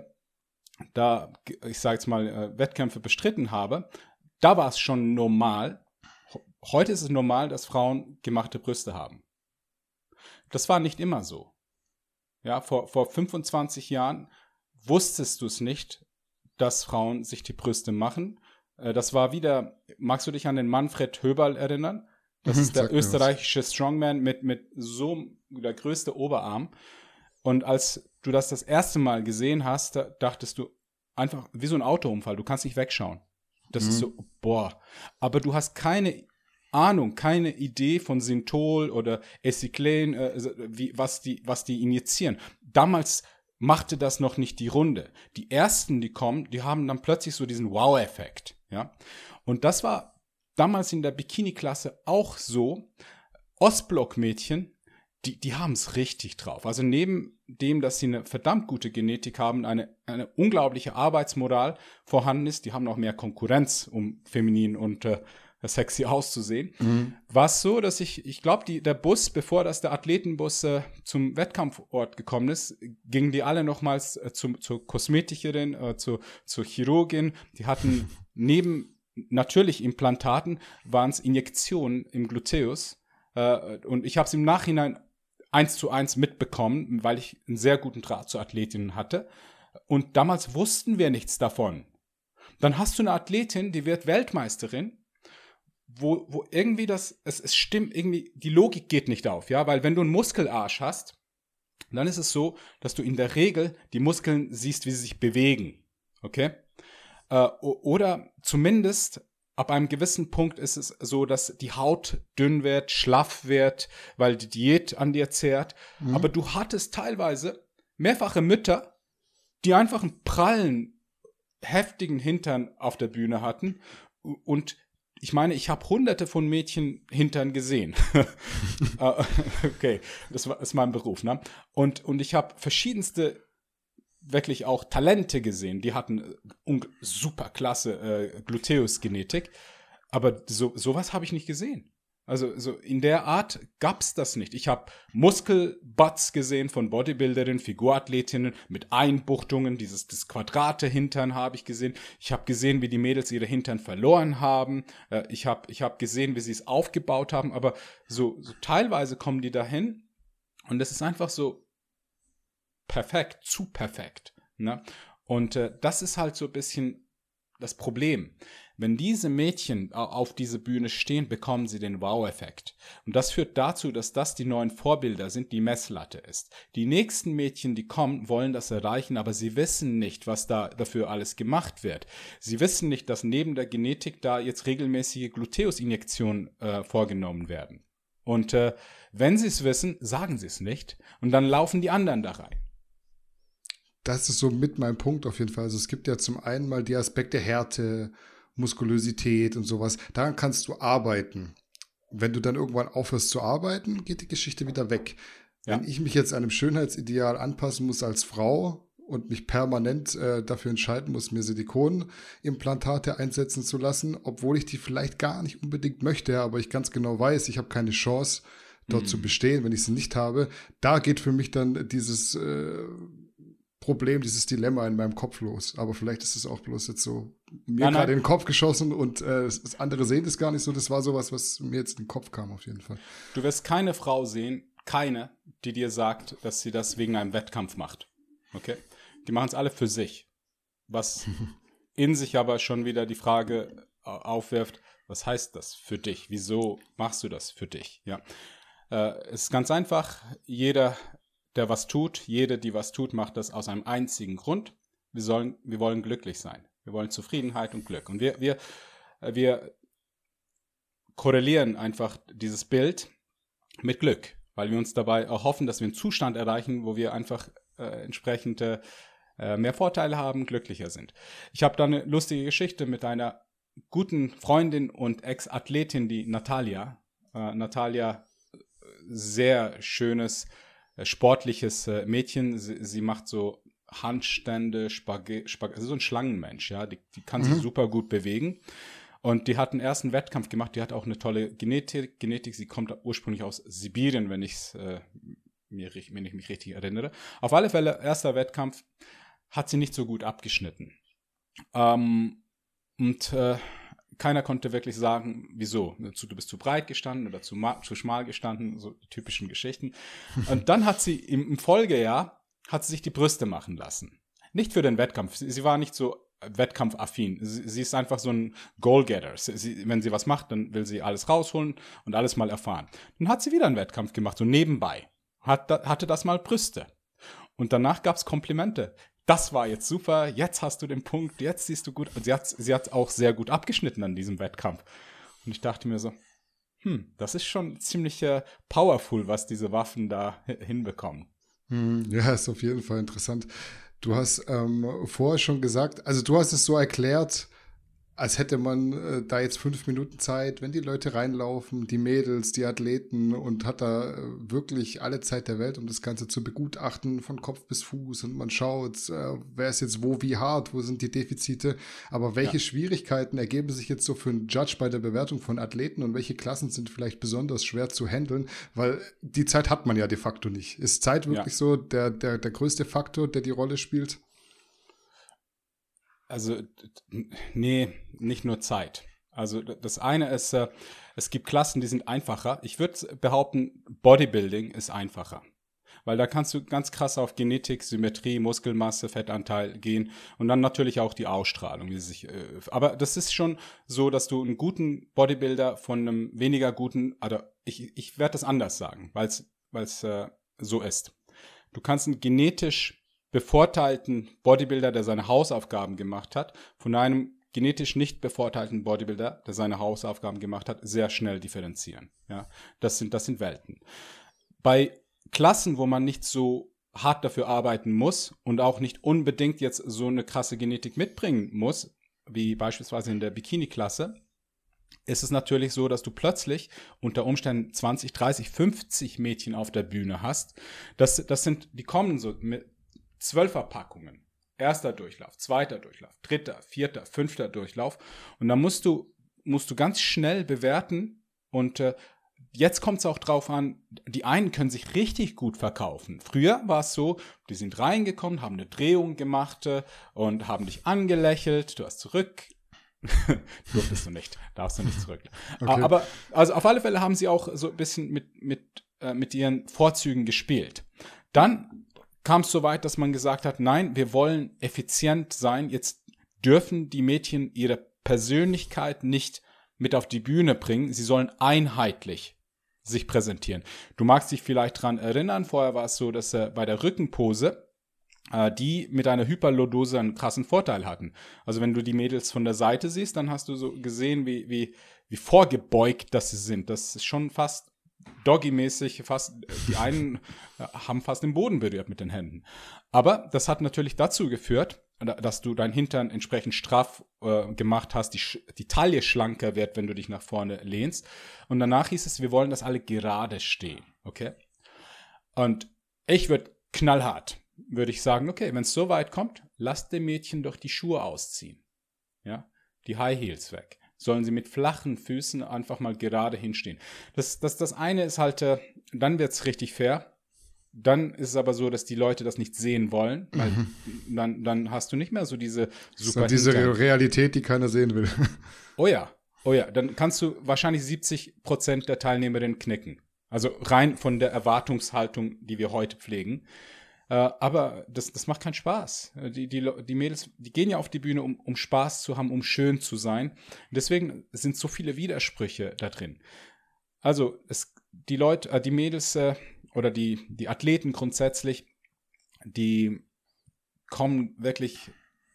da, ich sage jetzt mal, äh, Wettkämpfe bestritten habe, da war es schon normal. Heute ist es normal, dass Frauen gemachte Brüste haben. Das war nicht immer so. Ja, vor, vor fünfundzwanzig Jahren wusstest du es nicht, dass Frauen sich die Brüste machen. Das war wieder, magst du dich an den Manfred Höberl erinnern? Das Mhm, ist der sag mir was. österreichische Strongman mit, mit so der größte Oberarm. Und als du das das erste Mal gesehen hast, da dachtest du einfach wie so ein Autounfall, du kannst nicht wegschauen. Das ist so, boah. Aber du hast keine Ahnung, keine Idee von Synthol oder Essilklen, äh, wie, was, die, was die injizieren. Damals machte das noch nicht die Runde. Die ersten, die kommen, die haben dann plötzlich so diesen Wow-Effekt. Ja? Und das war damals in der Bikini-Klasse auch so. Ostblock-Mädchen, die, die haben es richtig drauf. Also neben dem, dass sie eine verdammt gute Genetik haben, eine, eine unglaubliche Arbeitsmoral vorhanden ist, die haben auch mehr Konkurrenz, um feminin und äh, sexy auszusehen, mhm. war es so, dass ich, ich glaube, der Bus, bevor das der Athletenbus äh, zum Wettkampfort gekommen ist, gingen die alle nochmals äh, zum, zur Kosmetikerin, äh, zu, zur Chirurgin. Die hatten neben natürlich Implantaten, waren es Injektionen im Gluteus. Äh, und ich habe es im Nachhinein eins zu eins mitbekommen, weil ich einen sehr guten Draht zu Athletinnen hatte. Und damals wussten wir nichts davon. Dann hast du eine Athletin, die wird Weltmeisterin, Wo, wo irgendwie das, es, es stimmt, irgendwie, die Logik geht nicht auf, ja, weil wenn du einen Muskelarsch hast, dann ist es so, dass du in der Regel die Muskeln siehst, wie sie sich bewegen, okay? Äh, oder zumindest ab einem gewissen Punkt ist es so, dass die Haut dünn wird, schlaff wird, weil die Diät an dir zehrt, mhm. aber du hattest teilweise mehrfache Mütter, die einfach einen prallen, heftigen Hintern auf der Bühne hatten und ich meine, ich habe hunderte von Mädchen Hintern gesehen. Okay, das war, das ist mein Beruf, ne? Und, und ich habe verschiedenste, wirklich auch Talente gesehen. Die hatten super klasse äh, Gluteus-Genetik. Aber so, sowas habe ich nicht gesehen. Also so in der Art gab es das nicht. Ich habe Muskelbutts gesehen von Bodybuilderinnen, Figurathletinnen mit Einbuchtungen, dieses das Quadrate-Hintern habe ich gesehen. Ich habe gesehen, wie die Mädels ihre Hintern verloren haben. Äh, ich habe ich hab gesehen, wie sie es aufgebaut haben. Aber so, so teilweise kommen die dahin und das ist einfach so perfekt, zu perfekt. Ne? Und äh, das ist halt so ein bisschen das Problem. Wenn diese Mädchen auf diese Bühne stehen, bekommen sie den Wow-Effekt. Und das führt dazu, dass das die neuen Vorbilder sind, die Messlatte ist. Die nächsten Mädchen, die kommen, wollen das erreichen, aber sie wissen nicht, was da dafür alles gemacht wird. Sie wissen nicht, dass neben der Genetik da jetzt regelmäßige Gluteus-Injektionen äh, vorgenommen werden. Und äh, wenn sie es wissen, sagen sie es nicht. Und dann laufen die anderen da rein. Das ist so mit meinem Punkt auf jeden Fall. Also es gibt ja zum einen mal die Aspekte Härte, Muskulosität und sowas. Daran kannst du arbeiten. Wenn du dann irgendwann aufhörst zu arbeiten, geht die Geschichte wieder weg. Ja. Wenn ich mich jetzt einem Schönheitsideal anpassen muss als Frau und mich permanent äh, dafür entscheiden muss, mir Silikonimplantate einsetzen zu lassen, obwohl ich die vielleicht gar nicht unbedingt möchte, aber ich ganz genau weiß, ich habe keine Chance, dort mhm. zu bestehen, wenn ich sie nicht habe, da geht für mich dann dieses äh, Problem, dieses Dilemma in meinem Kopf los. Aber vielleicht ist es auch bloß jetzt so mir gerade in den Kopf geschossen und äh, das andere sehen das gar nicht so. Das war sowas, was mir jetzt in den Kopf kam auf jeden Fall. Du wirst keine Frau sehen, keine, die dir sagt, dass sie das wegen einem Wettkampf macht. Okay? Die machen es alle für sich. Was in sich aber schon wieder die Frage aufwirft, was heißt das für dich? Wieso machst du das für dich? Ja. Äh, es ist ganz einfach, jeder der was tut, jede, die was tut, macht das aus einem einzigen Grund. Wir sollen, wir wollen glücklich sein. Wir wollen Zufriedenheit und Glück. Und wir, wir, wir korrelieren einfach dieses Bild mit Glück, weil wir uns dabei erhoffen, dass wir einen Zustand erreichen, wo wir einfach äh, entsprechend äh, mehr Vorteile haben, glücklicher sind. Ich habe da eine lustige Geschichte mit einer guten Freundin und Ex-Athletin, die Natalia. Äh, Natalia, sehr schönes sportliches Mädchen. Sie, sie macht so Handstände, Spaghetti, Spag also so ein Schlangenmensch, ja, die, die kann mhm. sich super gut bewegen. Und die hat einen ersten Wettkampf gemacht, die hat auch eine tolle Genetik, Genetik. Sie kommt ursprünglich aus Sibirien, wenn ich's, äh, mir, wenn ich mich richtig erinnere. Auf alle Fälle, erster Wettkampf, hat sie nicht so gut abgeschnitten. Ähm, und äh, keiner konnte wirklich sagen, wieso. Du bist zu breit gestanden oder zu, zu schmal gestanden, so die typischen Geschichten. Und dann hat sie im, im Folgejahr, hat sie sich die Brüste machen lassen. Nicht für den Wettkampf, sie, sie war nicht so wettkampfaffin. Sie, sie ist einfach so ein Goalgetter. Sie, sie, wenn sie was macht, dann will sie alles rausholen und alles mal erfahren. Dann hat sie wieder einen Wettkampf gemacht, so nebenbei. Hat, hatte das mal Brüste. Und danach gab es Komplimente. Das war jetzt super, jetzt hast du den Punkt, jetzt siehst du gut. Und sie hat, sie hat auch sehr gut abgeschnitten an diesem Wettkampf. Und ich dachte mir so, hm, das ist schon ziemlich äh, powerful, was diese Waffen da hinbekommen. Ja, ist auf jeden Fall interessant. Du hast ähm, vorher schon gesagt, also du hast es so erklärt, als hätte man äh, da jetzt fünf Minuten Zeit, wenn die Leute reinlaufen, die Mädels, die Athleten und hat da äh, wirklich alle Zeit der Welt, um das Ganze zu begutachten, von Kopf bis Fuß und man schaut, äh, wer ist jetzt wo, wie hart, wo sind die Defizite, aber welche ja. Schwierigkeiten ergeben sich jetzt so für einen Judge bei der Bewertung von Athleten und welche Klassen sind vielleicht besonders schwer zu handeln, weil die Zeit hat man ja de facto nicht. Ist Zeit wirklich ja. so der, der, der größte Faktor, der die Rolle spielt? Also, nee, nicht nur Zeit. Also das eine ist, äh, es gibt Klassen, die sind einfacher. Ich würde behaupten, Bodybuilding ist einfacher. Weil da kannst du ganz krass auf Genetik, Symmetrie, Muskelmasse, Fettanteil gehen und dann natürlich auch die Ausstrahlung. Wie sie sich, äh, aber das ist schon so, dass du einen guten Bodybuilder von einem weniger guten, also ich, ich werde das anders sagen, weil es äh, so ist. Du kannst einen genetisch bevorteilten Bodybuilder, der seine Hausaufgaben gemacht hat, von einem genetisch nicht bevorteilten Bodybuilder, der seine Hausaufgaben gemacht hat, sehr schnell differenzieren. Ja, das sind, das sind Welten. Bei Klassen, wo man nicht so hart dafür arbeiten muss und auch nicht unbedingt jetzt so eine krasse Genetik mitbringen muss, wie beispielsweise in der Bikini-Klasse, ist es natürlich so, dass du plötzlich unter Umständen zwanzig, dreißig, fünfzig Mädchen auf der Bühne hast. Das, das sind, die kommen so mit Zwölferpackungen. Erster Durchlauf, zweiter Durchlauf, dritter, vierter, fünfter Durchlauf. Und dann musst du, musst du ganz schnell bewerten. Und äh, jetzt kommt es auch drauf an, die einen können sich richtig gut verkaufen. Früher war es so, die sind reingekommen, haben eine Drehung gemacht äh, und haben dich angelächelt. Du hast zurück. Durftest du nicht, darfst du nicht zurück. Okay. Aber also auf alle Fälle haben sie auch so ein bisschen mit, mit, äh, mit ihren Vorzügen gespielt. Dann kam es so weit, dass man gesagt hat, nein, wir wollen effizient sein. Jetzt dürfen die Mädchen ihre Persönlichkeit nicht mit auf die Bühne bringen. Sie sollen einheitlich sich präsentieren. Du magst dich vielleicht dran erinnern, vorher war es so, dass äh, bei der Rückenpose äh, die mit einer Hyperlordose einen krassen Vorteil hatten. Also wenn du die Mädels von der Seite siehst, dann hast du so gesehen, wie, wie, wie vorgebeugt das sie sind. Das ist schon fast Doggy-mäßig, fast, die einen haben fast den Boden berührt mit den Händen. Aber das hat natürlich dazu geführt, dass du deinen Hintern entsprechend straff äh, gemacht hast, die, die Taille schlanker wird, wenn du dich nach vorne lehnst. Und danach hieß es, wir wollen, dass alle gerade stehen, okay? Und ich würde knallhart, würde ich sagen, okay, wenn es so weit kommt, lasst dem Mädchen doch die Schuhe ausziehen, ja, die High Heels weg. Sollen sie mit flachen Füßen einfach mal gerade hinstehen. Das, das, das eine ist halt, äh, dann wird es richtig fair. Dann ist es aber so, dass die Leute das nicht sehen wollen, weil mhm. dann, dann hast du nicht mehr so diese super so diese Hintern. Realität, die keiner sehen will. Oh ja, oh ja, dann kannst du wahrscheinlich siebzig Prozent der Teilnehmerinnen knicken. Also rein von der Erwartungshaltung, die wir heute pflegen. Äh, aber das, das macht keinen Spaß. Die, die, die Mädels, die gehen ja auf die Bühne, um, um Spaß zu haben, um schön zu sein. Deswegen sind so viele Widersprüche da drin. Also es, die Leute, äh, die Mädels äh, oder die, die Athleten grundsätzlich, die kommen wirklich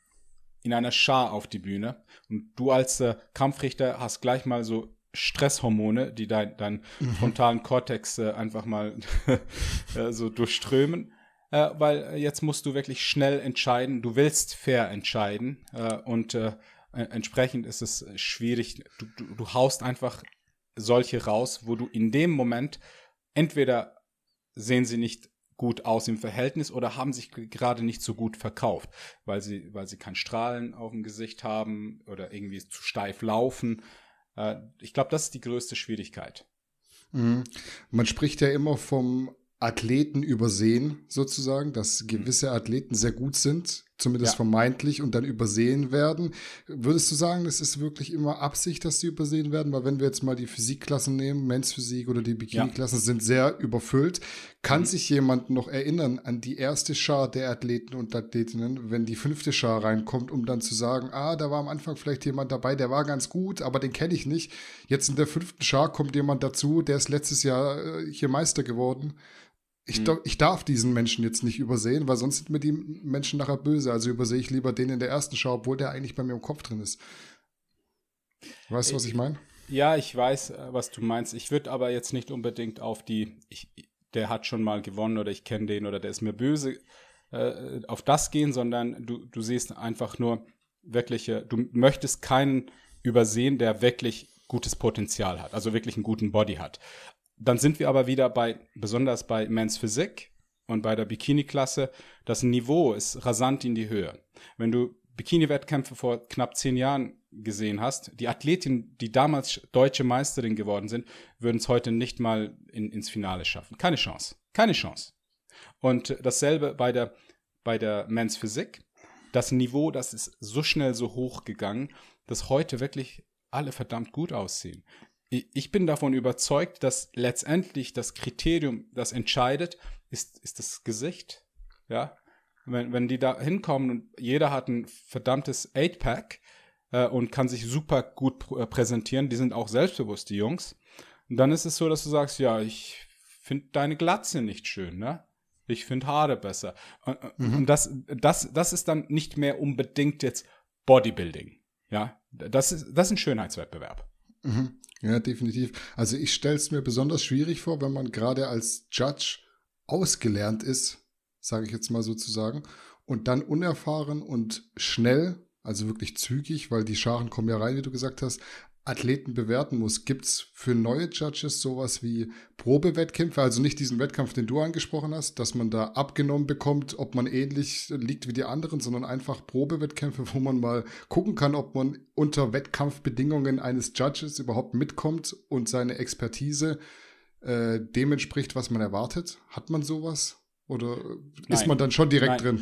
in einer Schar auf die Bühne. Und du als äh, Kampfrichter hast gleich mal so Stresshormone, die deinen dein mhm. frontalen Kortex äh, einfach mal äh, so durchströmen. Äh, weil jetzt musst du wirklich schnell entscheiden. Du willst fair entscheiden. Äh, und äh, entsprechend ist es schwierig. Du, du, du haust einfach solche raus, wo du in dem Moment entweder sehen sie nicht gut aus im Verhältnis oder haben sich gerade nicht so gut verkauft, weil sie, weil sie kein Strahlen auf dem Gesicht haben oder irgendwie zu steif laufen. Äh, ich glaube, das ist die größte Schwierigkeit. Mhm. Man spricht ja immer vom Athleten übersehen sozusagen, dass gewisse Athleten sehr gut sind, zumindest ja. vermeintlich, und dann übersehen werden. Würdest du sagen, es ist wirklich immer Absicht, dass sie übersehen werden? Weil wenn wir jetzt mal die Physikklassen nehmen, Men's Physik oder die Bikini-Klassen ja. sind sehr überfüllt. Kann mhm. sich jemand noch erinnern an die erste Schar der Athleten und Athletinnen, wenn die fünfte Schar reinkommt, um dann zu sagen, ah, da war am Anfang vielleicht jemand dabei, der war ganz gut, aber den kenne ich nicht. Jetzt in der fünften Schar kommt jemand dazu, der ist letztes Jahr äh, hier Meister geworden. Ich, mhm. ich darf diesen Menschen jetzt nicht übersehen, weil sonst sind mir die Menschen nachher böse. Also übersehe ich lieber den in der ersten Schau, obwohl der eigentlich bei mir im Kopf drin ist. Weißt du, was ich meine? Ja, ich weiß, was du meinst. Ich würde aber jetzt nicht unbedingt auf die, ich, der hat schon mal gewonnen oder ich kenne den oder der ist mir böse, äh, auf das gehen, sondern du, du siehst einfach nur wirkliche, du möchtest keinen übersehen, der wirklich gutes Potenzial hat, also wirklich einen guten Body hat. Dann sind wir aber wieder bei, besonders bei Men's Physik und bei der Bikini-Klasse, das Niveau ist rasant in die Höhe. Wenn du Bikini-Wettkämpfe vor knapp zehn Jahren gesehen hast, die Athletinnen, die damals deutsche Meisterin geworden sind, würden es heute nicht mal in, ins Finale schaffen. Keine Chance. Keine Chance. Und dasselbe bei der, bei der Men's Physik. Das Niveau, das ist so schnell so hoch gegangen, dass heute wirklich alle verdammt gut aussehen. Ich bin davon überzeugt, dass letztendlich das Kriterium, das entscheidet, ist, ist das Gesicht. Ja? Wenn, wenn die da hinkommen und jeder hat ein verdammtes Eight-Pack äh, und kann sich super gut pr- äh, präsentieren, die sind auch selbstbewusst, die Jungs. Und dann ist es so, dass du sagst, ja, ich finde deine Glatze nicht schön, ne? Ich finde Haare besser. Und, mhm. und das, das, das ist dann nicht mehr unbedingt jetzt Bodybuilding. Ja? Das ist, das ist ein Schönheitswettbewerb. Mhm. Ja, definitiv. Also ich stelle es mir besonders schwierig vor, wenn man gerade als Judge ausgelernt ist, sage ich jetzt mal sozusagen, und dann unerfahren und schnell, also wirklich zügig, weil die Scharen kommen ja rein, wie du gesagt hast, Athleten bewerten muss. Gibt es für neue Judges sowas wie Probewettkämpfe, also nicht diesen Wettkampf, den du angesprochen hast, dass man da abgenommen bekommt, ob man ähnlich liegt wie die anderen, sondern einfach Probewettkämpfe, wo man mal gucken kann, ob man unter Wettkampfbedingungen eines Judges überhaupt mitkommt und seine Expertise äh, dem entspricht, was man erwartet? Hat man sowas? Oder ist Nein. man dann schon direkt Nein. drin?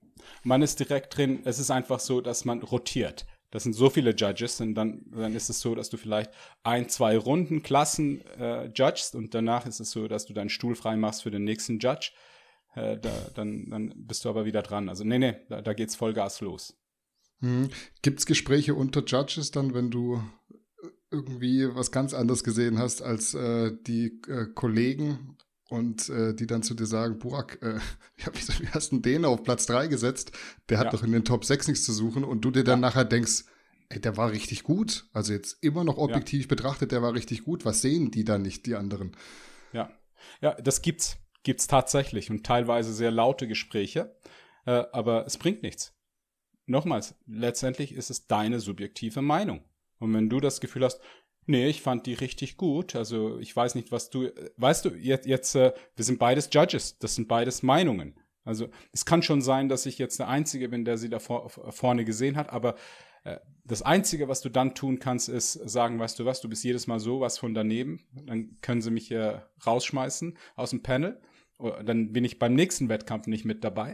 Man ist direkt drin. Es ist einfach so, dass man rotiert. Das sind so viele Judges und dann, dann ist es so, dass du vielleicht ein, zwei Runden Klassen äh, judgst und danach ist es so, dass du deinen Stuhl frei machst für den nächsten Judge. Äh, da, dann, dann bist du aber wieder dran. Also nee, nee, da, da geht's Vollgas los. Hm. Gibt es Gespräche unter Judges dann, wenn du irgendwie was ganz anderes gesehen hast als äh, die äh, Kollegen und äh, die dann zu dir sagen, Burak, äh, ja, wie, wie hast du den auf Platz drei gesetzt? Der hat Ja. doch in den Top sechs nichts zu suchen und du dir dann Ja. nachher denkst, ey, der war richtig gut. Also jetzt immer noch objektiv betrachtet, der war richtig gut. Was sehen die dann nicht, die anderen? Ja, ja, das gibt's, gibt's tatsächlich und teilweise sehr laute Gespräche, äh, aber es bringt nichts. Nochmals, letztendlich ist es deine subjektive Meinung. Und wenn du das Gefühl hast, nee, ich fand die richtig gut, also ich weiß nicht, was du, weißt du, jetzt, jetzt äh, wir sind beides Judges, das sind beides Meinungen. Also es kann schon sein, dass ich jetzt der Einzige bin, der sie da vor, vorne gesehen hat, aber äh, das Einzige, was du dann tun kannst, ist sagen, weißt du was, du bist jedes Mal sowas von daneben, dann können sie mich äh, rausschmeißen aus dem Panel, oder dann bin ich beim nächsten Wettkampf nicht mit dabei.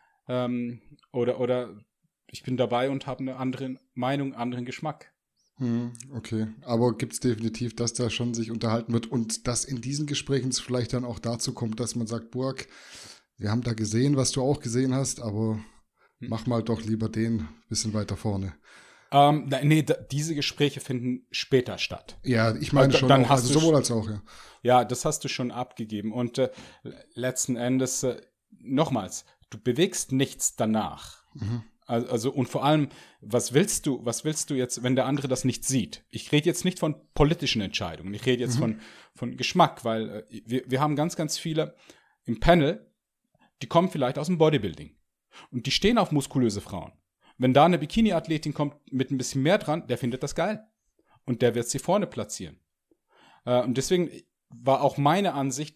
Ähm, oder, oder ich bin dabei und habe eine andere Meinung, einen anderen Geschmack. Hm, okay, aber gibt es definitiv, dass da schon sich unterhalten wird und dass in diesen Gesprächen es vielleicht dann auch dazu kommt, dass man sagt, Burak, wir haben da gesehen, was du auch gesehen hast, aber hm. mach mal doch lieber den bisschen weiter vorne. Ähm, nee, da, diese Gespräche finden später statt. Ja, ich meine da, schon, dann auch, hast also du sowohl als auch, ja. Ja, das hast du schon abgegeben und äh, letzten Endes, äh, nochmals, du bewegst nichts danach. Mhm. Also, also und vor allem, was willst du, was willst du jetzt, wenn der andere das nicht sieht? Ich rede jetzt nicht von politischen Entscheidungen, ich rede jetzt mhm. von, von Geschmack, weil äh, wir, wir haben ganz, ganz viele im Panel, die kommen vielleicht aus dem Bodybuilding und die stehen auf muskulöse Frauen. Wenn da eine Bikini-Athletin kommt mit ein bisschen mehr dran, der findet das geil und der wird sie vorne platzieren. Äh, und deswegen war auch meine Ansicht, dass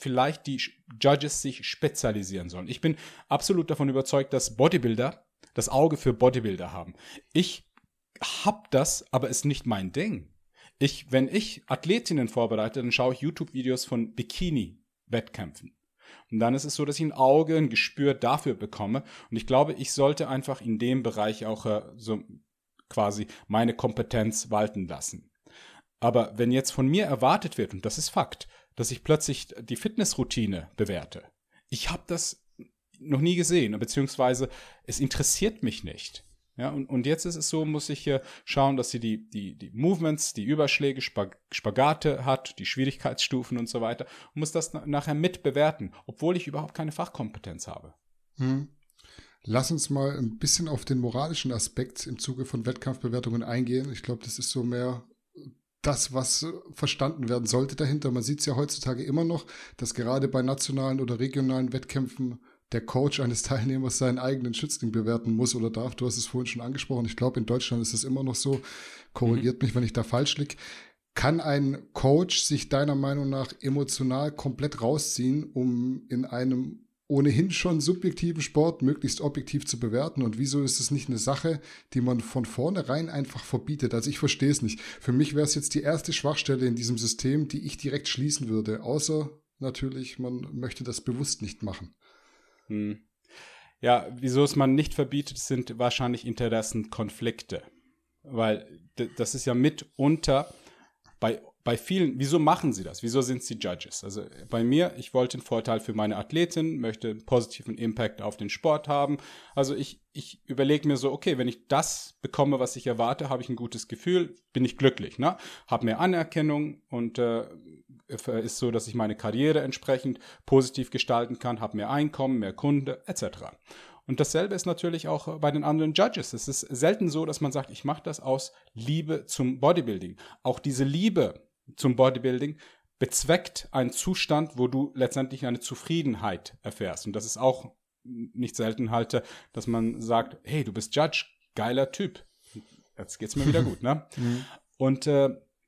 vielleicht die Judges sich spezialisieren sollen. Ich bin absolut davon überzeugt, dass Bodybuilder das Auge für Bodybuilder haben. Ich habe das, aber ist nicht mein Ding. Ich, wenn ich Athletinnen vorbereite, dann schaue ich YouTube-Videos von Bikini-Wettkämpfen. Und dann ist es so, dass ich ein Auge, ein Gespür dafür bekomme. Und ich glaube, ich sollte einfach in dem Bereich auch äh, so quasi meine Kompetenz walten lassen. Aber wenn jetzt von mir erwartet wird, und das ist Fakt, dass ich plötzlich die Fitnessroutine bewerte, ich habe das noch nie gesehen, beziehungsweise es interessiert mich nicht. Ja, und, und jetzt ist es so, muss ich hier schauen, dass sie die, die, die Movements, die Überschläge, Spag- Spagate hat, die Schwierigkeitsstufen und so weiter, und muss das na- nachher mit bewerten, obwohl ich überhaupt keine Fachkompetenz habe. Hm. Lass uns mal ein bisschen auf den moralischen Aspekt im Zuge von Wettkampfbewertungen eingehen. Ich glaube, das ist so mehr das, was verstanden werden sollte dahinter. Man sieht es ja heutzutage immer noch, dass gerade bei nationalen oder regionalen Wettkämpfen der Coach eines Teilnehmers seinen eigenen Schützling bewerten muss oder darf. Du hast es vorhin schon angesprochen. Ich glaube, in Deutschland ist es immer noch so. Korrigiert mhm. mich, wenn ich da falsch liege. Kann ein Coach sich deiner Meinung nach emotional komplett rausziehen, um in einem ohnehin schon subjektiven Sport möglichst objektiv zu bewerten? Und wieso ist es nicht eine Sache, die man von vornherein einfach verbietet? Also ich verstehe es nicht. Für mich wäre es jetzt die erste Schwachstelle in diesem System, die ich direkt schließen würde. Außer natürlich, man möchte das bewusst nicht machen. Hm. Ja, wieso es man nicht verbietet, sind wahrscheinlich Interessenkonflikte. Weil d- das ist ja mitunter bei Bei vielen, wieso machen sie das? Wieso sind sie Judges? Also bei mir, ich wollte einen Vorteil für meine Athletin, möchte einen positiven Impact auf den Sport haben. Also ich, ich überlege mir so, okay, wenn ich das bekomme, was ich erwarte, habe ich ein gutes Gefühl, bin ich glücklich, ne? Habe mehr Anerkennung und äh, ist so, dass ich meine Karriere entsprechend positiv gestalten kann, habe mehr Einkommen, mehr Kunden et cetera. Und dasselbe ist natürlich auch bei den anderen Judges. Es ist selten so, dass man sagt, ich mache das aus Liebe zum Bodybuilding. Auch diese Liebe zum Bodybuilding bezweckt einen Zustand, wo du letztendlich eine Zufriedenheit erfährst. Und das ist auch nicht selten halt, dass man sagt, hey, du bist Judge, geiler Typ. Jetzt geht's mir wieder gut, ne? Mhm. Und, äh,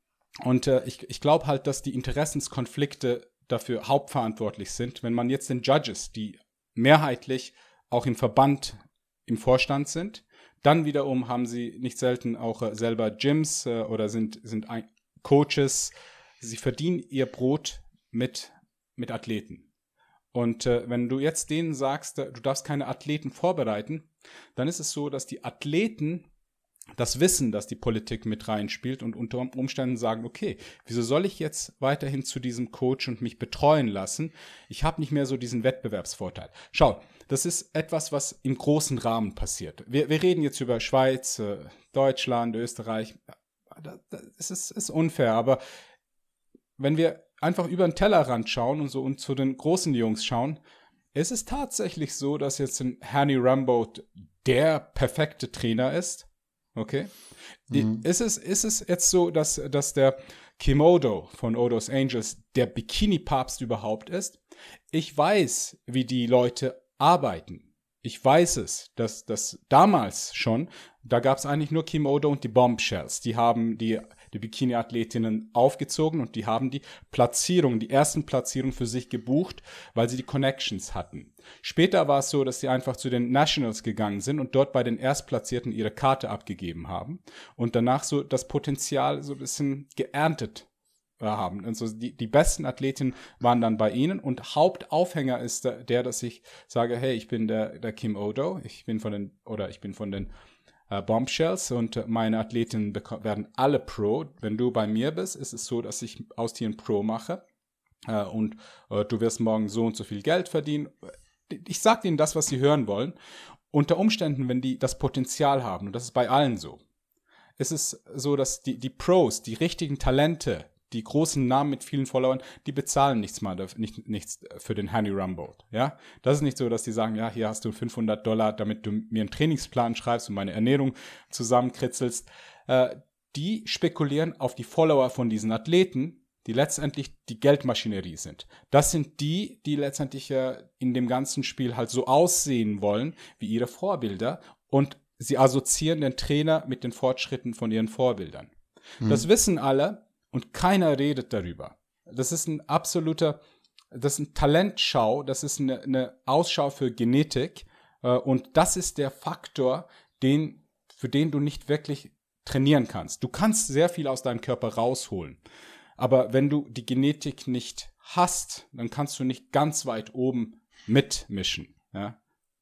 und äh, ich, ich glaube halt, dass die Interessenskonflikte dafür hauptverantwortlich sind. Wenn man jetzt den Judges, die mehrheitlich auch im Verband im Vorstand sind, dann wiederum haben sie nicht selten auch äh, selber Gyms äh, oder sind, sind ein Coaches, sie verdienen ihr Brot mit, mit Athleten. Und äh, wenn du jetzt denen sagst, du darfst keine Athleten vorbereiten, dann ist es so, dass die Athleten das wissen, dass die Politik mit reinspielt und unter Umständen sagen, okay, wieso soll ich jetzt weiterhin zu diesem Coach und mich betreuen lassen? Ich habe nicht mehr so diesen Wettbewerbsvorteil. Schau, das ist etwas, was im großen Rahmen passiert. Wir, wir reden jetzt über Schweiz, äh, Deutschland, Österreich. Das ist, ist unfair, aber wenn wir einfach über den Tellerrand schauen und so und zu den großen Jungs schauen, ist es tatsächlich so, dass jetzt ein Hany Rambod der perfekte Trainer ist. Okay? Mhm. Ist es, ist es jetzt so, dass, dass der Kim Odo von Odo's Angels der Bikini-Papst überhaupt ist? Ich weiß, wie die Leute arbeiten. Ich weiß es, dass das damals schon, da gab es eigentlich nur Kim Odo und die Bombshells. Die haben die, die Bikini-Athletinnen aufgezogen und die haben die Platzierung, die ersten Platzierungen für sich gebucht, weil sie die Connections hatten. Später war es so, dass sie einfach zu den Nationals gegangen sind und dort bei den Erstplatzierten ihre Karte abgegeben haben und danach so das Potenzial so ein bisschen geerntet haben. Also die, die besten Athletinnen waren dann bei ihnen und Hauptaufhänger ist der, der, dass ich sage, hey, ich bin der, der Kim Odo, ich bin von den, oder ich bin von den äh, Bombshells und äh, meine Athletinnen beko- werden alle Pro. Wenn du bei mir bist, ist es so, dass ich aus dir ein Pro mache äh, und äh, du wirst morgen so und so viel Geld verdienen. Ich sage ihnen das, was sie hören wollen. Unter Umständen, wenn die das Potenzial haben, und das ist bei allen so, ist es so, dass die, die Pros, die richtigen Talente, die großen Namen mit vielen Followern, die bezahlen nichts mal, nicht, nichts für den Hany Rambod, ja. Das ist nicht so, dass die sagen, ja, hier hast du fünfhundert Dollar, damit du mir einen Trainingsplan schreibst und meine Ernährung zusammenkritzelst. Äh, die spekulieren auf die Follower von diesen Athleten, die letztendlich die Geldmaschinerie sind. Das sind die, die letztendlich äh, in dem ganzen Spiel halt so aussehen wollen wie ihre Vorbilder und sie assoziieren den Trainer mit den Fortschritten von ihren Vorbildern. Mhm. Das wissen alle. Und keiner redet darüber. Das ist ein absoluter das ist eine Talentschau, das ist eine, eine Ausschau für Genetik. Äh, und das ist der Faktor, den, für den du nicht wirklich trainieren kannst. Du kannst sehr viel aus deinem Körper rausholen. Aber wenn du die Genetik nicht hast, dann kannst du nicht ganz weit oben mitmischen. Ja?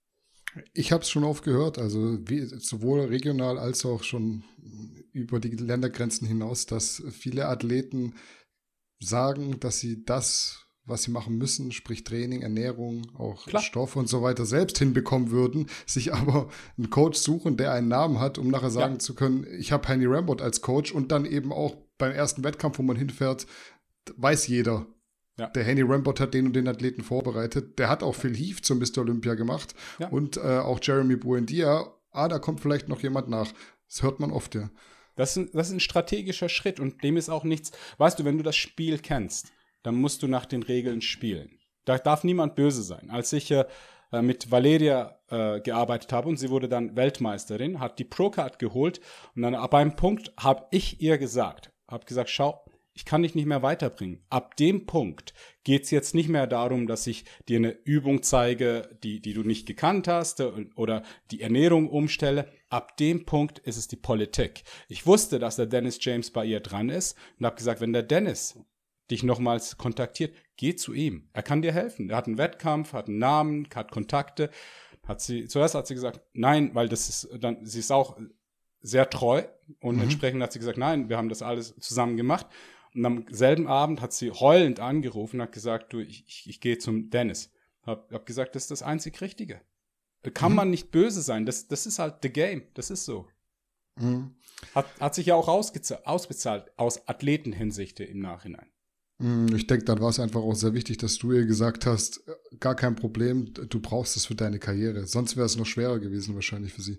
Ich habe es schon oft gehört, also wie, sowohl regional als auch schon über die Ländergrenzen hinaus, dass viele Athleten sagen, dass sie das, was sie machen müssen, sprich Training, Ernährung, auch Klar. Stoff und so weiter, selbst hinbekommen würden, sich aber einen Coach suchen, der einen Namen hat, um nachher sagen Ja. zu können, ich habe Henny Rambod als Coach und dann eben auch beim ersten Wettkampf, wo man hinfährt, weiß jeder, Ja. der Henny Rambod hat den und den Athleten vorbereitet. Der hat auch Phil Heath zum Mister Olympia gemacht Ja. und äh, auch Jeremy Buendia. Ah, da kommt vielleicht noch jemand nach. Das hört man oft, ja. Das ist, ein, das ist ein strategischer Schritt und dem ist auch nichts. Weißt du, wenn du das Spiel kennst, dann musst du nach den Regeln spielen. Da darf niemand böse sein. Als ich äh, mit Valeria äh, gearbeitet habe und sie wurde dann Weltmeisterin, hat die Pro-Card geholt und dann ab einem Punkt habe ich ihr gesagt, habe gesagt, schau, ich kann dich nicht mehr weiterbringen. Ab dem Punkt geht es jetzt nicht mehr darum, dass ich dir eine Übung zeige, die, die du nicht gekannt hast äh, oder die Ernährung umstelle. Ab dem Punkt ist es die Politik. Ich wusste, dass der Dennis James bei ihr dran ist und habe gesagt, wenn der Dennis dich nochmals kontaktiert, geh zu ihm. Er kann dir helfen. Er hat einen Wettkampf, hat einen Namen, hat Kontakte. Hat sie, zuerst hat sie gesagt, nein, weil das ist dann, sie ist auch sehr treu und Mhm. entsprechend hat sie gesagt, nein, wir haben das alles zusammen gemacht. Und am selben Abend hat sie heulend angerufen und hat gesagt, du, ich, ich, ich gehe zum Dennis. Hab, hab gesagt, das ist das einzig Richtige. Kann Mhm. man nicht böse sein. Das, das ist halt the game. Das ist so. Mhm. Hat, hat sich ja auch ausgeza- ausbezahlt aus Athletenhinsicht im Nachhinein. Mm, Ich denke, dann war es einfach auch sehr wichtig, dass du ihr gesagt hast, äh, gar kein Problem, du brauchst es für deine Karriere. Sonst wäre es noch schwerer gewesen wahrscheinlich für sie.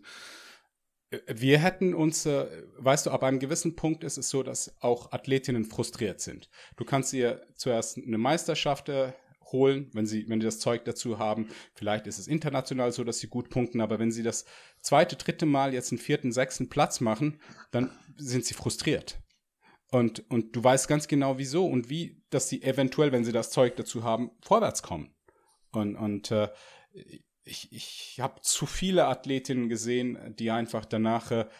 Wir hätten uns, äh, weißt du, ab einem gewissen Punkt ist es so, dass auch Athletinnen frustriert sind. Du kannst ihr zuerst eine Meisterschaft äh, holen, wenn sie, wenn die das Zeug dazu haben. Vielleicht ist es international so, dass sie gut punkten, aber wenn sie das zweite, dritte Mal jetzt einen vierten, sechsten Platz machen, dann sind sie frustriert. Und, und du weißt ganz genau, wieso und wie, dass sie eventuell, wenn sie das Zeug dazu haben, vorwärts kommen. Und, und äh, ich, ich habe zu viele Athletinnen gesehen, die einfach danach äh,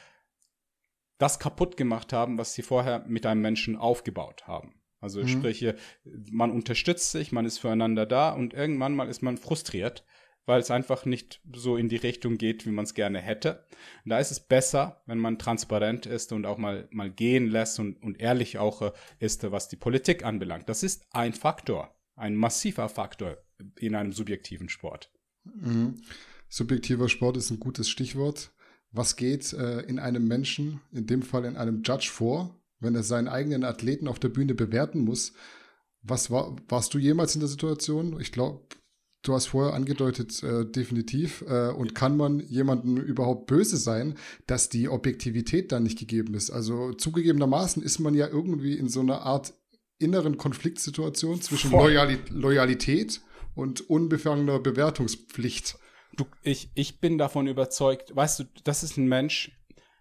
das kaputt gemacht haben, was sie vorher mit einem Menschen aufgebaut haben. Also Mhm. sprich, äh, man unterstützt sich, man ist füreinander da und irgendwann mal ist man frustriert, weil es einfach nicht so in die Richtung geht, wie man es gerne hätte. Und da ist es besser, wenn man transparent ist und auch mal, mal gehen lässt und, und ehrlich auch äh, ist, was die Politik anbelangt. Das ist ein Faktor, ein massiver Faktor in einem subjektiven Sport. Mhm. Subjektiver Sport ist ein gutes Stichwort. Was geht äh, in einem Menschen, in dem Fall in einem Judge vor, wenn er seinen eigenen Athleten auf der Bühne bewerten muss? Was war, warst du jemals in der Situation? Ich glaube, du hast vorher angedeutet, äh, definitiv. Äh, und kann man jemandem überhaupt böse sein, dass die Objektivität dann nicht gegeben ist? Also zugegebenermaßen ist man ja irgendwie in so einer Art inneren Konfliktsituation zwischen Voll. Loyali Loyalität und unbefangener Bewertungspflicht. Du, ich, ich bin davon überzeugt, weißt du, das ist ein Mensch,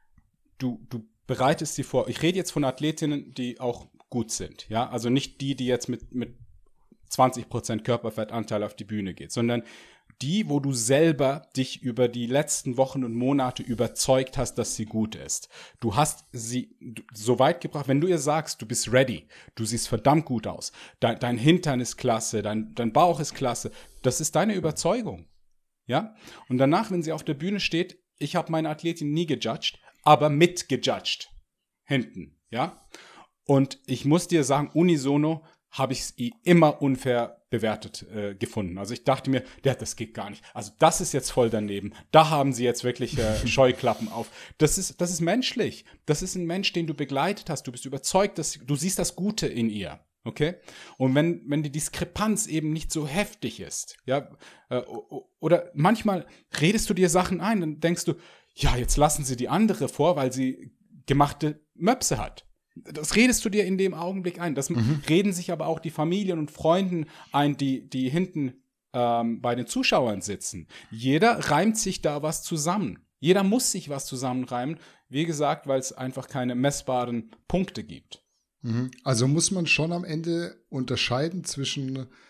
du, du bereitest sie vor. Ich rede jetzt von Athletinnen, die auch gut sind, ja, also nicht die, die jetzt mit, mit zwanzig Prozent Körperfettanteil auf die Bühne geht, sondern die, wo du selber dich über die letzten Wochen und Monate überzeugt hast, dass sie gut ist. Du hast sie so weit gebracht, wenn du ihr sagst, du bist ready, du siehst verdammt gut aus, dein, dein Hintern ist klasse, dein, dein Bauch ist klasse, das ist deine Überzeugung. Ja? Und danach, wenn sie auf der Bühne steht, ich habe meine Athletin nie gejudged, aber mitgejudged. Hinten. Ja? Und ich muss dir sagen, unisono habe ich es immer unfair bewertet äh, gefunden. Also ich dachte mir, ja, das geht gar nicht. Also das ist jetzt voll daneben. Da haben sie jetzt wirklich äh, Scheuklappen auf. Das ist, das ist menschlich. Das ist ein Mensch, den du begleitet hast. Du bist überzeugt, dass du siehst das Gute in ihr. Okay? Und wenn, wenn die Diskrepanz eben nicht so heftig ist, ja, äh, oder manchmal redest du dir Sachen ein, dann denkst du, ja, jetzt lassen sie die andere vor, weil sie gemachte Möpse hat. Das redest du dir in dem Augenblick ein. Das mhm. reden sich aber auch die Familien und Freunden ein, die, die hinten ähm, bei den Zuschauern sitzen. Jeder reimt sich da was zusammen. Jeder muss sich was zusammenreimen. Wie gesagt, weil es einfach keine messbaren Punkte gibt. Also muss man schon am Ende unterscheiden zwischen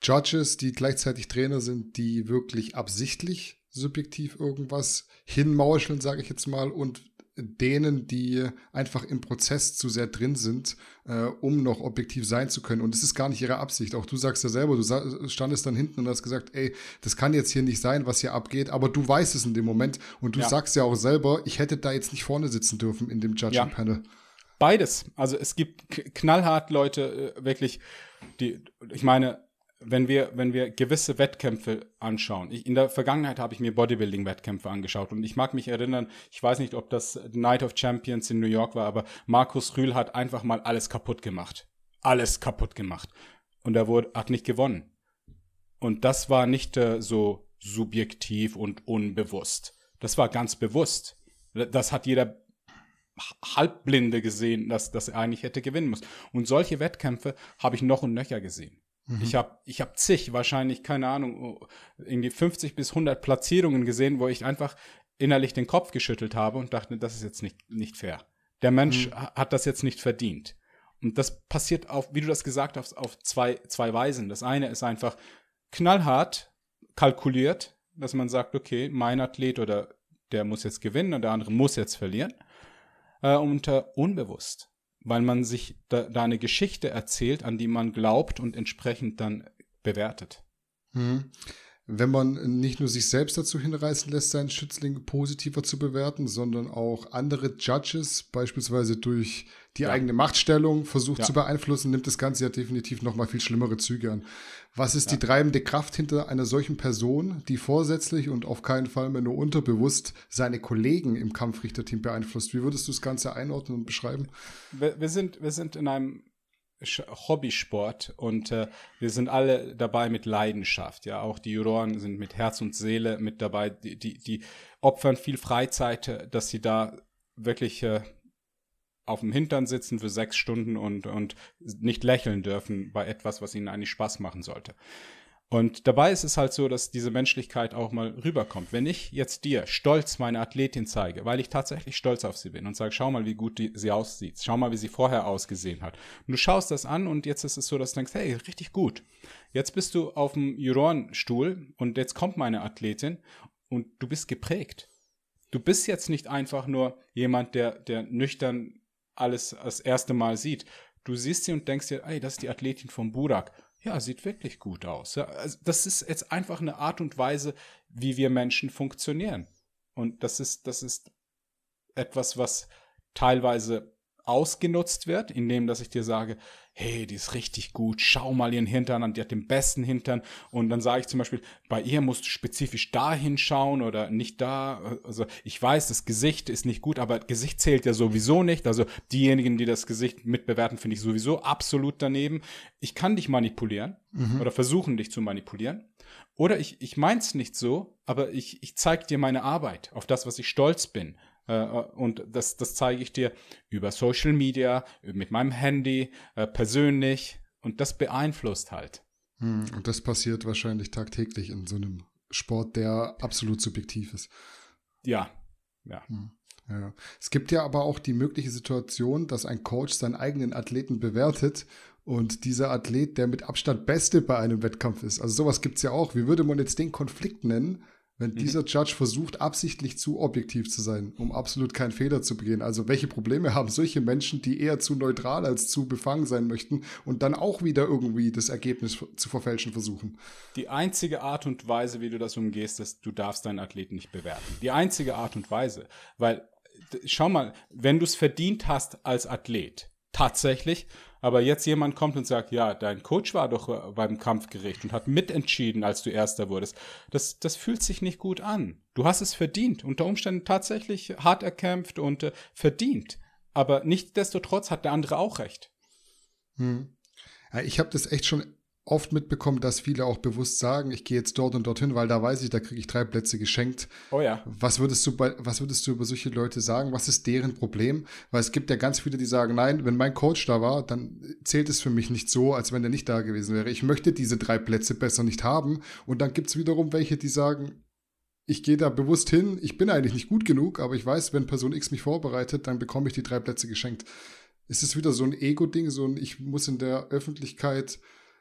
Judges, die gleichzeitig Trainer sind, die wirklich absichtlich subjektiv irgendwas hinmauscheln, sage ich jetzt mal, und denen, die einfach im Prozess zu sehr drin sind, äh, um noch objektiv sein zu können. Und es ist gar nicht ihre Absicht. Auch du sagst ja selber, du sa- standest dann hinten und hast gesagt, ey, das kann jetzt hier nicht sein, was hier abgeht, aber du weißt es in dem Moment. Und du Ja. sagst ja auch selber, ich hätte da jetzt nicht vorne sitzen dürfen in dem Judging-Panel. Beides. Also es gibt k- knallhart Leute, äh, wirklich, die, ich meine, wenn wir, wenn wir gewisse Wettkämpfe anschauen, ich, in der Vergangenheit habe ich mir Bodybuilding-Wettkämpfe angeschaut und ich mag mich erinnern, ich weiß nicht, ob das Night of Champions in New York war, aber Markus Rühl hat einfach mal alles kaputt gemacht. Alles kaputt gemacht. Und er wurde, hat nicht gewonnen. Und das war nicht äh, so subjektiv und unbewusst. Das war ganz bewusst. Das hat jeder Halbblinde gesehen, dass, dass er eigentlich hätte gewinnen müssen. Und solche Wettkämpfe habe ich noch und nöcher gesehen. Mhm. Ich habe ich hab zig, wahrscheinlich, keine Ahnung, irgendwie fünfzig bis hundert Platzierungen gesehen, wo ich einfach innerlich den Kopf geschüttelt habe und dachte, das ist jetzt nicht, nicht fair. Der Mensch mhm. hat das jetzt nicht verdient. Und das passiert auf, wie du das gesagt hast, auf zwei, zwei Weisen. Das eine ist einfach knallhart kalkuliert, dass man sagt, okay, mein Athlet oder der muss jetzt gewinnen und der andere muss jetzt verlieren. Äh, und äh, unbewusst, weil man sich da, da eine Geschichte erzählt, an die man glaubt und entsprechend dann bewertet. Mhm. Wenn man nicht nur sich selbst dazu hinreißen lässt, seinen Schützling positiver zu bewerten, sondern auch andere Judges, beispielsweise durch die ja. eigene Machtstellung, versucht ja. zu beeinflussen, nimmt das Ganze ja definitiv nochmal viel schlimmere Züge an. Was ist ja. die treibende Kraft hinter einer solchen Person, die vorsätzlich und auf keinen Fall mehr nur unterbewusst seine Kollegen im Kampfrichterteam beeinflusst? Wie würdest du das Ganze einordnen und beschreiben? Wir, wir, sind, wir sind in einem Hobbysport und äh, wir sind alle dabei mit Leidenschaft, ja, auch die Juroren sind mit Herz und Seele mit dabei, die, die, die opfern viel Freizeit, dass sie da wirklich äh, auf dem Hintern sitzen für sechs Stunden und, und nicht lächeln dürfen bei etwas, was ihnen eigentlich Spaß machen sollte. Und dabei ist es halt so, dass diese Menschlichkeit auch mal rüberkommt. Wenn ich jetzt dir stolz meine Athletin zeige, weil ich tatsächlich stolz auf sie bin und sage, schau mal, wie gut die, sie aussieht, schau mal, wie sie vorher ausgesehen hat. Und du schaust das an und jetzt ist es so, dass du denkst, hey, richtig gut. Jetzt bist du auf dem Jurorenstuhl und jetzt kommt meine Athletin und du bist geprägt. Du bist jetzt nicht einfach nur jemand, der, der nüchtern alles das erste Mal sieht. Du siehst sie und denkst dir, ey, das ist die Athletin von Burak. Ja, sieht wirklich gut aus. Ja, also das ist jetzt einfach eine Art und Weise, wie wir Menschen funktionieren. Und das ist, das ist etwas, was teilweise ausgenutzt wird, indem dass ich dir sage, hey, die ist richtig gut, schau mal ihren Hintern an, die hat den besten Hintern. Und dann sage ich zum Beispiel, bei ihr musst du spezifisch da hinschauen oder nicht da. Also ich weiß, das Gesicht ist nicht gut, aber Gesicht zählt ja sowieso nicht. Also diejenigen, die das Gesicht mitbewerten, finde ich sowieso absolut daneben. Ich kann dich manipulieren mhm. oder versuchen, dich zu manipulieren. Oder ich, ich mein's nicht so, aber ich, ich zeige dir meine Arbeit, auf das, was ich stolz bin. Und das, das zeige ich dir über Social Media, mit meinem Handy, persönlich. Und das beeinflusst halt. Und das passiert wahrscheinlich tagtäglich in so einem Sport, der absolut subjektiv ist. Ja, ja. Ja. Es gibt ja aber auch die mögliche Situation, dass ein Coach seinen eigenen Athleten bewertet und dieser Athlet der mit Abstand Beste bei einem Wettkampf ist. Also sowas gibt es ja auch. Wie würde man jetzt den Konflikt nennen, wenn mhm. dieser Judge versucht, absichtlich zu objektiv zu sein, um absolut keinen Fehler zu begehen? Also welche Probleme haben solche Menschen, die eher zu neutral als zu befangen sein möchten und dann auch wieder irgendwie das Ergebnis zu verfälschen versuchen? Die einzige Art und Weise, wie du das umgehst, ist, du darfst deinen Athleten nicht bewerten. Die einzige Art und Weise, weil, schau mal, wenn du es verdient hast als Athlet, tatsächlich, aber jetzt jemand kommt und sagt, ja, dein Coach war doch beim Kampfgericht und hat mitentschieden, als du Erster wurdest. Das, das fühlt sich nicht gut an. Du hast es verdient, unter Umständen tatsächlich hart erkämpft und äh, verdient. Aber nichtsdestotrotz hat der andere auch recht. Hm. Ja, ich habe das echt schon oft mitbekommen, dass viele auch bewusst sagen, ich gehe jetzt dort und dorthin, weil da weiß ich, da kriege ich drei Plätze geschenkt. Oh ja. Was würdest du bei, was würdest du über solche Leute sagen? Was ist deren Problem? Weil es gibt ja ganz viele, die sagen, nein, wenn mein Coach da war, dann zählt es für mich nicht so, als wenn er nicht da gewesen wäre. Ich möchte diese drei Plätze besser nicht haben. Und dann gibt es wiederum welche, die sagen, ich gehe da bewusst hin, ich bin eigentlich nicht gut genug, aber ich weiß, wenn Person X mich vorbereitet, dann bekomme ich die drei Plätze geschenkt. Ist es wieder so ein Ego-Ding, so ein, ich muss in der Öffentlichkeit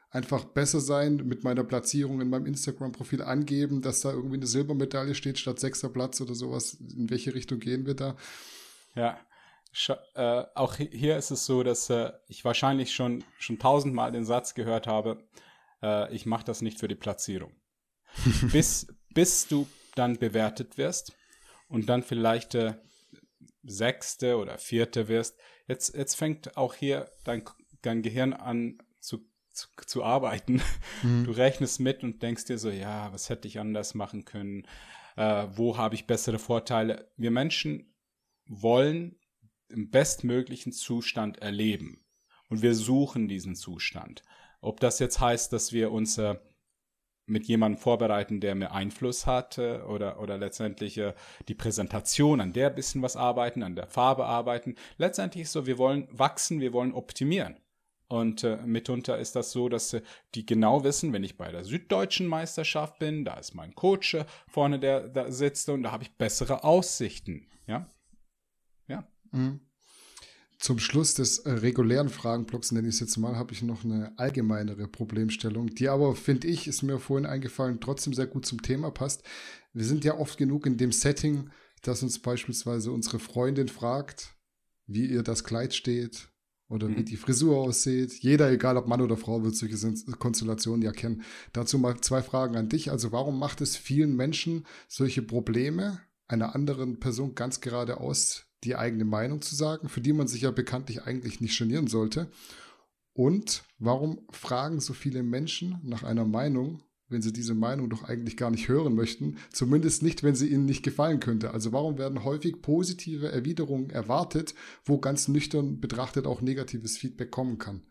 einfach besser sein, mit meiner Platzierung in meinem Instagram-Profil angeben, dass da irgendwie eine Silbermedaille steht statt sechster Platz oder sowas. In welche Richtung gehen wir da? Ja, Sch- äh, auch hi- hier ist es so, dass äh, ich wahrscheinlich schon, schon tausendmal den Satz gehört habe, äh, ich mache das nicht für die Platzierung. bis, bis du dann bewertet wirst und dann vielleicht äh, Sechste oder Vierte wirst. Jetzt, jetzt fängt auch hier dein, dein Gehirn an zu, zu, zu arbeiten. Mhm. Du rechnest mit und denkst dir so, ja, was hätte ich anders machen können? Äh, wo habe ich bessere Vorteile? Wir Menschen wollen im bestmöglichen Zustand erleben. Und wir suchen diesen Zustand. Ob das jetzt heißt, dass wir uns äh, mit jemandem vorbereiten, der mehr Einfluss hat äh, oder, oder letztendlich äh, die Präsentation, an der ein bisschen was arbeiten, an der Farbe arbeiten. Letztendlich ist es so, wir wollen wachsen, wir wollen optimieren. Und äh, mitunter ist das so, dass äh, die genau wissen, wenn ich bei der Süddeutschen Meisterschaft bin, da ist mein Coach äh, vorne, der da sitzt und da habe ich bessere Aussichten. Ja, ja. Mhm. Zum Schluss des äh, regulären Fragenblocks, nenne ich es jetzt mal, habe ich noch eine allgemeinere Problemstellung, die aber, finde ich, ist mir vorhin eingefallen, trotzdem sehr gut zum Thema passt. Wir sind ja oft genug in dem Setting, dass uns beispielsweise unsere Freundin fragt, wie ihr das Kleid steht oder mhm. wie die Frisur aussieht. Jeder, egal ob Mann oder Frau, wird solche Konstellationen ja kennen. Dazu mal zwei Fragen an dich. Also warum macht es vielen Menschen solche Probleme, einer anderen Person ganz geradeaus die eigene Meinung zu sagen, für die man sich ja bekanntlich eigentlich nicht genieren sollte? Und warum fragen so viele Menschen nach einer Meinung, wenn sie diese Meinung doch eigentlich gar nicht hören möchten, zumindest nicht, wenn sie ihnen nicht gefallen könnte? Also warum werden häufig positive Erwiderungen erwartet, wo ganz nüchtern betrachtet auch negatives Feedback kommen kann?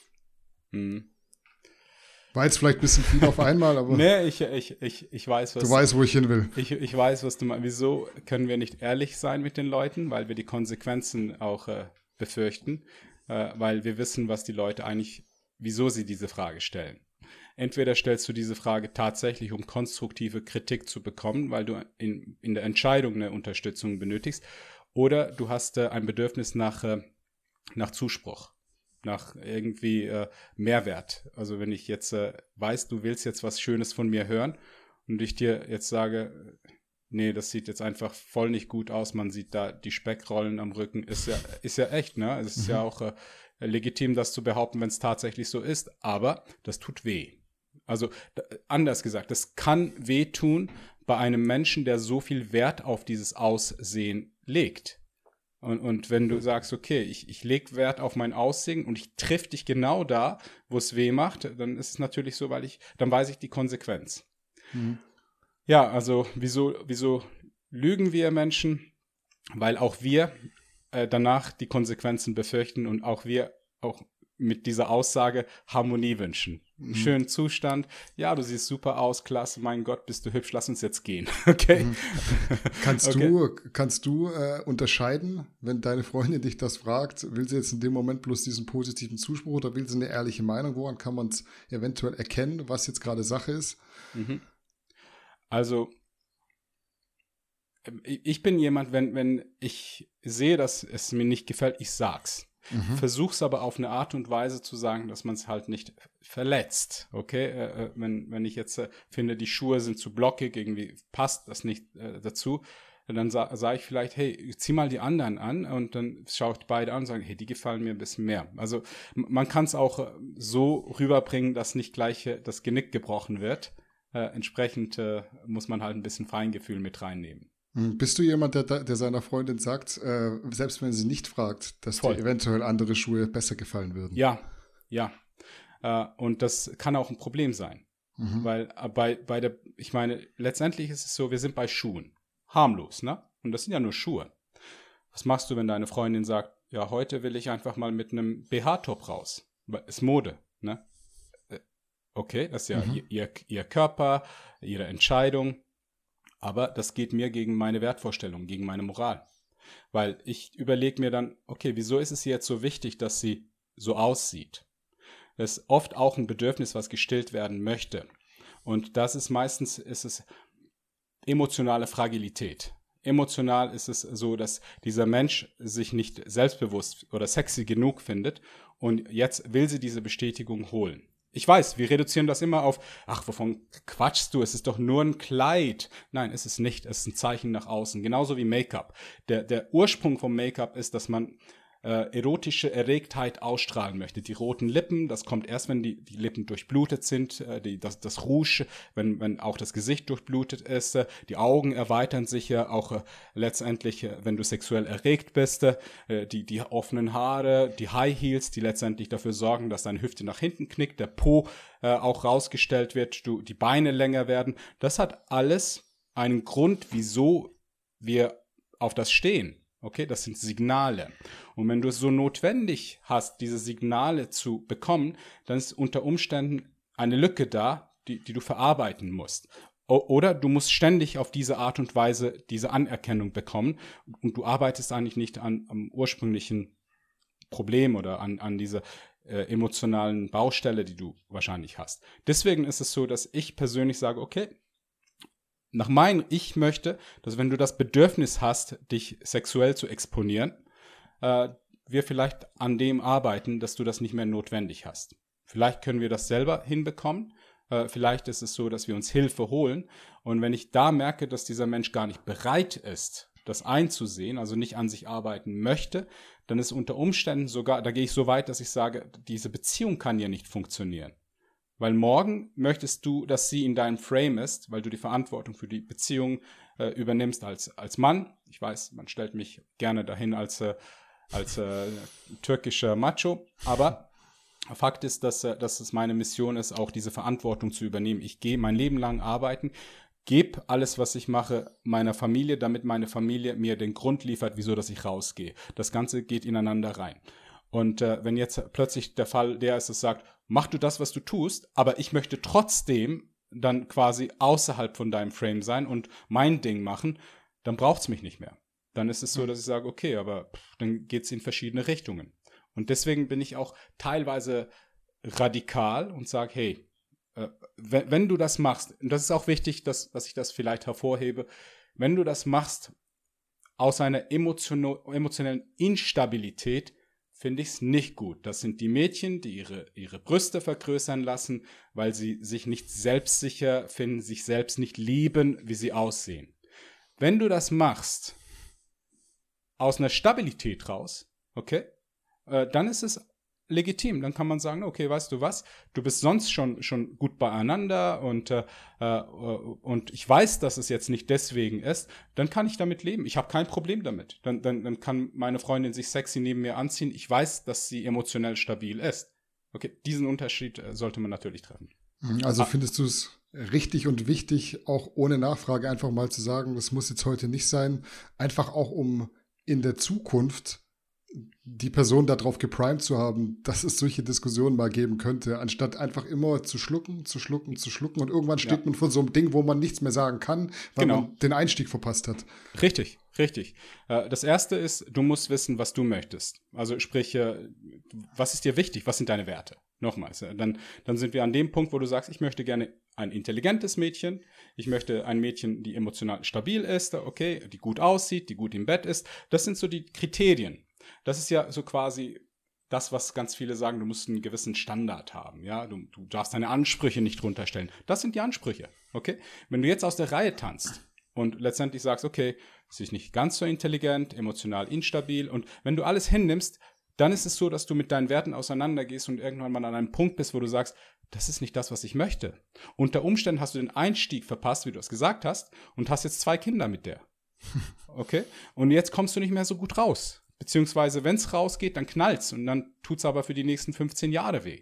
Hm. War jetzt vielleicht ein bisschen viel auf einmal, aber nee, ich, ich, ich, ich weiß, was du weißt, wo ich hin will. Ich, ich weiß, was du meinst. Wieso können wir nicht ehrlich sein mit den Leuten? Weil wir die Konsequenzen auch äh, befürchten. Äh, weil wir wissen, was die Leute eigentlich, wieso sie diese Frage stellen. Entweder stellst du diese Frage tatsächlich, um konstruktive Kritik zu bekommen, weil du in, in der Entscheidung eine Unterstützung benötigst. Oder du hast äh, ein Bedürfnis nach, äh, nach Zuspruch. Nach irgendwie äh, Mehrwert. Also wenn ich jetzt äh, weiß, du willst jetzt was Schönes von mir hören und ich dir jetzt sage, nee, das sieht jetzt einfach voll nicht gut aus, man sieht da die Speckrollen am Rücken, ist ja, ist ja echt, ne? Es ist mhm. ja auch äh, legitim, das zu behaupten, wenn es tatsächlich so ist, aber das tut weh. Also da, anders gesagt, das kann wehtun bei einem Menschen, der so viel Wert auf dieses Aussehen legt. Und, und wenn du sagst, okay, ich, ich lege Wert auf mein Aussehen und ich triff dich genau da, wo es weh macht, dann ist es natürlich so, weil ich, dann weiß ich die Konsequenz. Mhm. Ja, also wieso, wieso lügen wir Menschen? Weil auch wir äh, danach die Konsequenzen befürchten und auch wir auch mit dieser Aussage Harmonie wünschen. Mhm. Schönen Zustand. Ja, du siehst super aus, klasse, mein Gott, bist du hübsch, lass uns jetzt gehen. Okay? Mhm. Kannst okay. du, kannst du äh, unterscheiden, wenn deine Freundin dich das fragt, will sie jetzt in dem Moment bloß diesen positiven Zuspruch oder will sie eine ehrliche Meinung? Woran kann man es eventuell erkennen, was jetzt gerade Sache ist? Mhm. Also, ich bin jemand, wenn, wenn ich sehe, dass es mir nicht gefällt, ich sag's. Mhm. Versuch's aber auf eine Art und Weise zu sagen, dass man es halt nicht verletzt, okay? Äh, wenn, wenn ich jetzt äh, finde, die Schuhe sind zu blockig, irgendwie passt das nicht äh, dazu, dann sa- sage ich vielleicht, hey, zieh mal die anderen an und dann schaue ich beide an und sage, hey, die gefallen mir ein bisschen mehr. Also m- man kann es auch äh, so rüberbringen, dass nicht gleich äh, das Genick gebrochen wird. Äh, entsprechend äh, muss man halt ein bisschen Feingefühl mit reinnehmen. Bist du jemand, der, der seiner Freundin sagt, äh, selbst wenn sie nicht fragt, dass Voll. dir eventuell andere Schuhe besser gefallen würden? Ja, ja. Äh, und das kann auch ein Problem sein. Mhm. Weil äh, bei, bei der, ich meine, letztendlich ist es so, wir sind bei Schuhen. Harmlos, ne? Und das sind ja nur Schuhe. Was machst du, wenn deine Freundin sagt, ja, heute will ich einfach mal mit einem B H-Top raus? Ist Mode, ne? Okay, das ist ja mhm. ihr, ihr Körper, ihre Entscheidung. Aber das geht mir gegen meine Wertvorstellung, gegen meine Moral. Weil ich überlege mir dann, okay, wieso ist es jetzt so wichtig, dass sie so aussieht? Das ist oft auch ein Bedürfnis, was gestillt werden möchte. Und das ist meistens, ist es emotionale Fragilität. Emotional ist es so, dass dieser Mensch sich nicht selbstbewusst oder sexy genug findet und jetzt will sie diese Bestätigung holen. Ich weiß, wir reduzieren das immer auf, ach, wovon quatschst du? Es ist doch nur ein Kleid. Nein, es ist nicht. Es ist ein Zeichen nach außen. Genauso wie Make-up. Der, der Ursprung vom Make-up ist, dass man äh, erotische Erregtheit ausstrahlen möchte. Die roten Lippen, das kommt erst, wenn die, die Lippen durchblutet sind. Äh, die, das, das Rouge, wenn, wenn auch das Gesicht durchblutet ist. Äh, die Augen erweitern sich ja auch äh, letztendlich, äh, wenn du sexuell erregt bist. Äh, die, die offenen Haare, die High Heels, die letztendlich dafür sorgen, dass deine Hüfte nach hinten knickt, der Po äh, auch rausgestellt wird, du, die Beine länger werden. Das hat alles einen Grund, wieso wir auf das stehen. Okay, das sind Signale. Und wenn du es so notwendig hast, diese Signale zu bekommen, dann ist unter Umständen eine Lücke da, die, die du verarbeiten musst. O- oder du musst ständig auf diese Art und Weise diese Anerkennung bekommen und du arbeitest eigentlich nicht an, am ursprünglichen Problem oder an, an diese äh, emotionalen Baustelle, die du wahrscheinlich hast. Deswegen ist es so, dass ich persönlich sage, okay, nach meinem, ich möchte, dass wenn du das Bedürfnis hast, dich sexuell zu exponieren, äh, wir vielleicht an dem arbeiten, dass du das nicht mehr notwendig hast. Vielleicht können wir das selber hinbekommen. Äh, vielleicht ist es so, dass wir uns Hilfe holen. Und wenn ich da merke, dass dieser Mensch gar nicht bereit ist, das einzusehen, also nicht an sich arbeiten möchte, dann ist unter Umständen sogar, da gehe ich so weit, dass ich sage, diese Beziehung kann ja nicht funktionieren. Weil morgen möchtest du, dass sie in deinem Frame ist, weil du die Verantwortung für die Beziehung äh, übernimmst als, als Mann. Ich weiß, man stellt mich gerne dahin als, äh, als äh, türkischer Macho, aber Fakt ist, dass, äh, dass es meine Mission ist, auch diese Verantwortung zu übernehmen. Ich gehe mein Leben lang arbeiten, gebe alles, was ich mache, meiner Familie, damit meine Familie mir den Grund liefert, wieso dass ich rausgehe. Das Ganze geht ineinander rein. Und äh, wenn jetzt plötzlich der Fall der ist, es sagt, mach du das, was du tust, aber ich möchte trotzdem dann quasi außerhalb von deinem Frame sein und mein Ding machen, dann braucht es mich nicht mehr. Dann ist es so, dass ich sage, okay, aber pff, dann geht es in verschiedene Richtungen. Und deswegen bin ich auch teilweise radikal und sage, hey, äh, wenn, wenn du das machst, und das ist auch wichtig, dass, dass ich das vielleicht hervorhebe, wenn du das machst aus einer emotion- emotionellen Instabilität, finde ich es nicht gut. Das sind die Mädchen, die ihre, ihre Brüste vergrößern lassen, weil sie sich nicht selbstsicher finden, sich selbst nicht lieben, wie sie aussehen. Wenn du das machst, aus einer Stabilität raus, okay, äh, dann ist es legitim. Dann kann man sagen, okay, weißt du was, du bist sonst schon, schon gut beieinander und, äh, und ich weiß, dass es jetzt nicht deswegen ist, dann kann ich damit leben. Ich habe kein Problem damit. Dann, dann, dann kann meine Freundin sich sexy neben mir anziehen. Ich weiß, dass sie emotionell stabil ist. Okay, diesen Unterschied äh, sollte man natürlich treffen. Also findest du es richtig und wichtig, auch ohne Nachfrage einfach mal zu sagen, das muss jetzt heute nicht sein, einfach auch um in der Zukunft die Person darauf geprimed zu haben, dass es solche Diskussionen mal geben könnte, anstatt einfach immer zu schlucken, zu schlucken, zu schlucken und irgendwann steht ja. man vor so einem Ding, wo man nichts mehr sagen kann, weil genau. man den Einstieg verpasst hat. Richtig, richtig. Das Erste ist, du musst wissen, was du möchtest. Also sprich, was ist dir wichtig, was sind deine Werte? Nochmals, dann, dann sind wir an dem Punkt, wo du sagst, ich möchte gerne ein intelligentes Mädchen, ich möchte ein Mädchen, die emotional stabil ist, okay, die gut aussieht, die gut im Bett ist. Das sind so die Kriterien. Das ist ja so quasi das, was ganz viele sagen, du musst einen gewissen Standard haben, ja, du, du darfst deine Ansprüche nicht runterstellen. Das sind die Ansprüche, okay? Wenn du jetzt aus der Reihe tanzt und letztendlich sagst, okay, sie ist nicht ganz so intelligent, emotional instabil und wenn du alles hinnimmst, dann ist es so, dass du mit deinen Werten auseinandergehst und irgendwann mal an einem Punkt bist, wo du sagst, das ist nicht das, was ich möchte. Unter Umständen hast du den Einstieg verpasst, wie du es gesagt hast, und hast jetzt zwei Kinder mit der. Okay? Und jetzt kommst du nicht mehr so gut raus. Beziehungsweise, wenn es rausgeht, dann knallt's und dann tut's aber für die nächsten fünfzehn Jahre weh.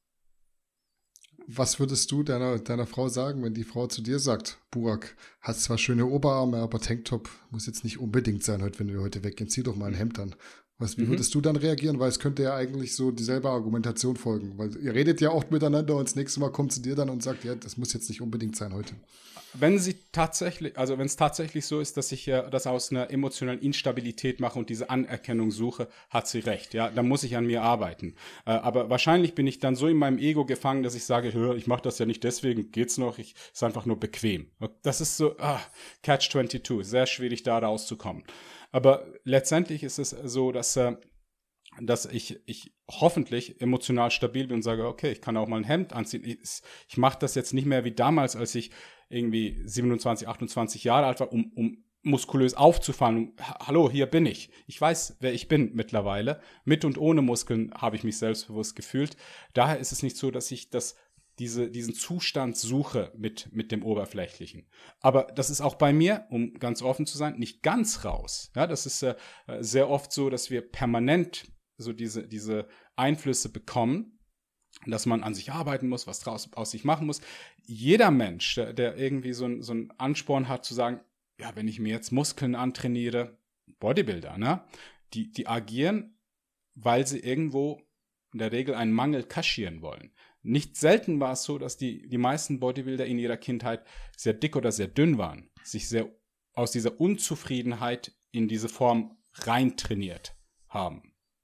Was würdest du deiner, deiner Frau sagen, wenn die Frau zu dir sagt, Burak, hast zwar schöne Oberarme, aber Tanktop muss jetzt nicht unbedingt sein, heute, wenn wir heute weggehen, zieh doch mal ein Hemd an. Was, wie mhm. würdest du dann reagieren? Weil es könnte ja eigentlich so dieselbe Argumentation folgen. Weil ihr redet ja oft miteinander und das nächste Mal kommt sie dir dann und sagt, ja, das muss jetzt nicht unbedingt sein heute. Wenn sie tatsächlich, also wenn es tatsächlich so ist, dass ich ja das aus einer emotionalen Instabilität mache und diese Anerkennung suche, hat sie recht. Ja, dann muss ich an mir arbeiten. Äh, aber wahrscheinlich bin ich dann so in meinem Ego gefangen, dass ich sage, hör, ich mache das ja nicht deswegen, geht's noch, ich ist einfach nur bequem. Das ist so ah, Catch zweiundzwanzig, sehr schwierig da rauszukommen. Aber letztendlich ist es so, dass äh, dass ich, ich hoffentlich emotional stabil bin und sage, okay, ich kann auch mal ein Hemd anziehen. Ich, ich mache das jetzt nicht mehr wie damals, als ich irgendwie siebenundzwanzig, achtundzwanzig Jahre alt war, um, um muskulös aufzufallen. Hallo, hier bin ich. Ich weiß, wer ich bin mittlerweile. Mit und ohne Muskeln habe ich mich selbstbewusst gefühlt. Daher ist es nicht so, dass ich das, diese, diesen Zustand suche mit, mit dem Oberflächlichen. Aber das ist auch bei mir, um ganz offen zu sein, nicht ganz raus. Ja, das ist äh, sehr oft so, dass wir permanent so diese, diese Einflüsse bekommen, dass man an sich arbeiten muss, was draus aus sich machen muss. Jeder Mensch, der, der irgendwie so, ein, so einen Ansporn hat zu sagen, ja, wenn ich mir jetzt Muskeln antrainiere, Bodybuilder, ne, die, die agieren, weil sie irgendwo in der Regel einen Mangel kaschieren wollen. Nicht selten war es so, dass die, die meisten Bodybuilder in ihrer Kindheit sehr dick oder sehr dünn waren, sich sehr aus dieser Unzufriedenheit in diese Form reintrainiert haben.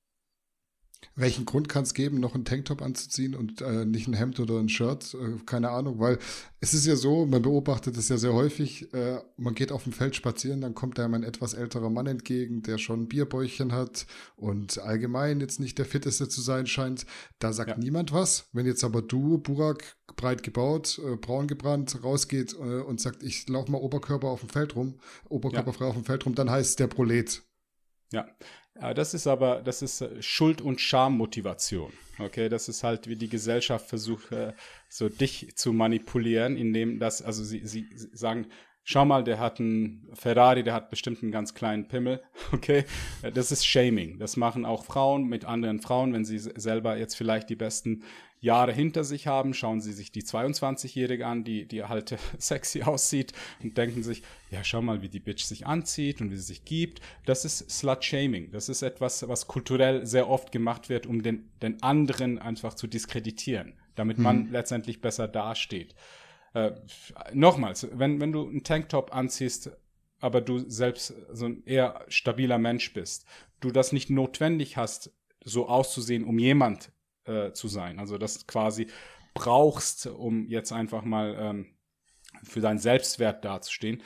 Welchen Grund kann es geben, noch einen Tanktop anzuziehen und äh, nicht ein Hemd oder ein Shirt? Äh, keine Ahnung, weil es ist ja so, man beobachtet es ja sehr häufig, äh, man geht auf dem Feld spazieren, dann kommt einem ein etwas älterer Mann entgegen, der schon ein Bierbäuchchen hat und allgemein jetzt nicht der Fitteste zu sein scheint. Da sagt ja niemand was. Wenn jetzt aber du, Burak, breit gebaut, äh, braun gebrannt, rausgeht äh, und sagt, ich laufe mal Oberkörper auf dem Feld rum, oberkörperfrei ja. auf dem Feld rum, dann heißt es der Prolet. Ja. Ja, das ist aber, das ist Schuld- und Schammotivation. Okay, das ist halt, wie die Gesellschaft versucht, so dich zu manipulieren, indem das, also sie, sie sagen, schau mal, der hat einen Ferrari, der hat bestimmt einen ganz kleinen Pimmel. Okay, das ist Shaming. Das machen auch Frauen mit anderen Frauen, wenn sie selber jetzt vielleicht die besten Jahre hinter sich haben, schauen sie sich die zweiundzwanzigjährige an, die, die halt sexy aussieht und denken sich, ja, schau mal, wie die Bitch sich anzieht und wie sie sich gibt. Das ist Slut-Shaming. Das ist etwas, was kulturell sehr oft gemacht wird, um den, den anderen einfach zu diskreditieren, damit man mhm. letztendlich besser dasteht. Äh, nochmals, wenn, wenn du einen Tanktop anziehst, aber du selbst so ein eher stabiler Mensch bist, du das nicht notwendig hast, so auszusehen, um jemand äh, zu sein, also das quasi brauchst, um jetzt einfach mal ähm, für deinen Selbstwert dazustehen,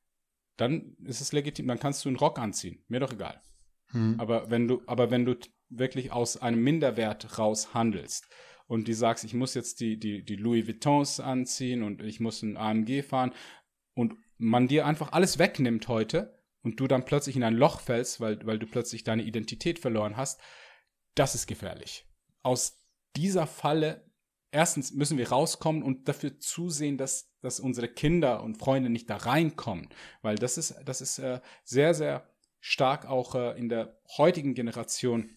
dann ist es legitim, dann kannst du einen Rock anziehen, mir doch egal. Hm. Aber wenn du, aber wenn du wirklich aus einem Minderwert raus handelst und die sagst, ich muss jetzt die, die, die Louis Vuittons anziehen und ich muss ein A M G fahren und man dir einfach alles wegnimmt heute und du dann plötzlich in ein Loch fällst, weil, weil du plötzlich deine Identität verloren hast, das ist gefährlich. Aus dieser Falle, erstens müssen wir rauskommen und dafür zusehen, dass, dass unsere Kinder und Freunde nicht da reinkommen, weil das ist, das ist äh, sehr, sehr stark auch äh, in der heutigen Generation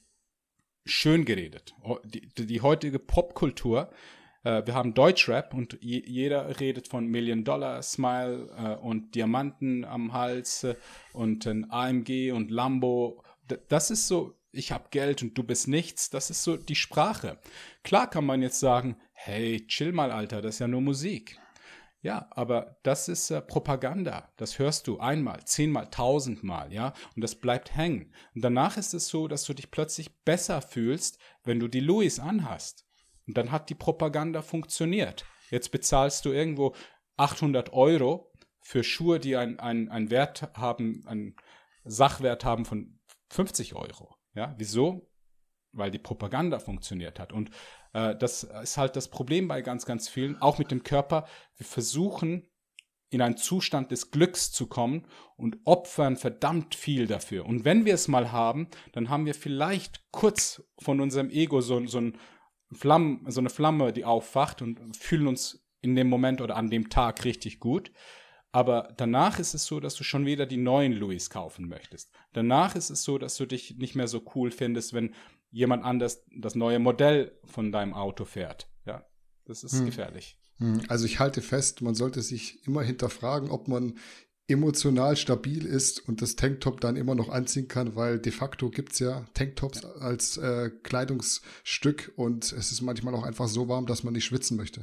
schön geredet. Die, die heutige Popkultur, äh, wir haben Deutschrap und je, jeder redet von Million-Dollar-Smile äh, und Diamanten am Hals äh, und ein A M G und Lambo. D- das ist so, ich habe Geld und du bist nichts. Das ist so die Sprache. Klar kann man jetzt sagen, hey, chill mal, Alter, das ist ja nur Musik. Ja, aber das ist äh, Propaganda. Das hörst du einmal, zehnmal, tausendmal, ja, und das bleibt hängen. Und danach ist es so, dass du dich plötzlich besser fühlst, wenn du die Louis anhast. Und dann hat die Propaganda funktioniert. Jetzt bezahlst du irgendwo achthundert Euro für Schuhe, die einen ein Wert haben, einen Sachwert haben von fünfzig Euro. Ja, wieso? Weil die Propaganda funktioniert hat. Und äh, das ist halt das Problem bei ganz, ganz vielen, auch mit dem Körper. Wir versuchen, in einen Zustand des Glücks zu kommen und opfern verdammt viel dafür. Und wenn wir es mal haben, dann haben wir vielleicht kurz von unserem Ego so, so, ein Flamme, so eine Flamme, die aufwacht und fühlen uns in dem Moment oder an dem Tag richtig gut. Aber danach ist es so, dass du schon wieder die neuen Louis kaufen möchtest. Danach ist es so, dass du dich nicht mehr so cool findest, wenn jemand anders das neue Modell von deinem Auto fährt. Ja, das ist hm. gefährlich. Also ich halte fest, man sollte sich immer hinterfragen, ob man emotional stabil ist und das Tanktop dann immer noch anziehen kann, weil de facto gibt es ja Tanktops ja. als äh, Kleidungsstück und es ist manchmal auch einfach so warm, dass man nicht schwitzen möchte.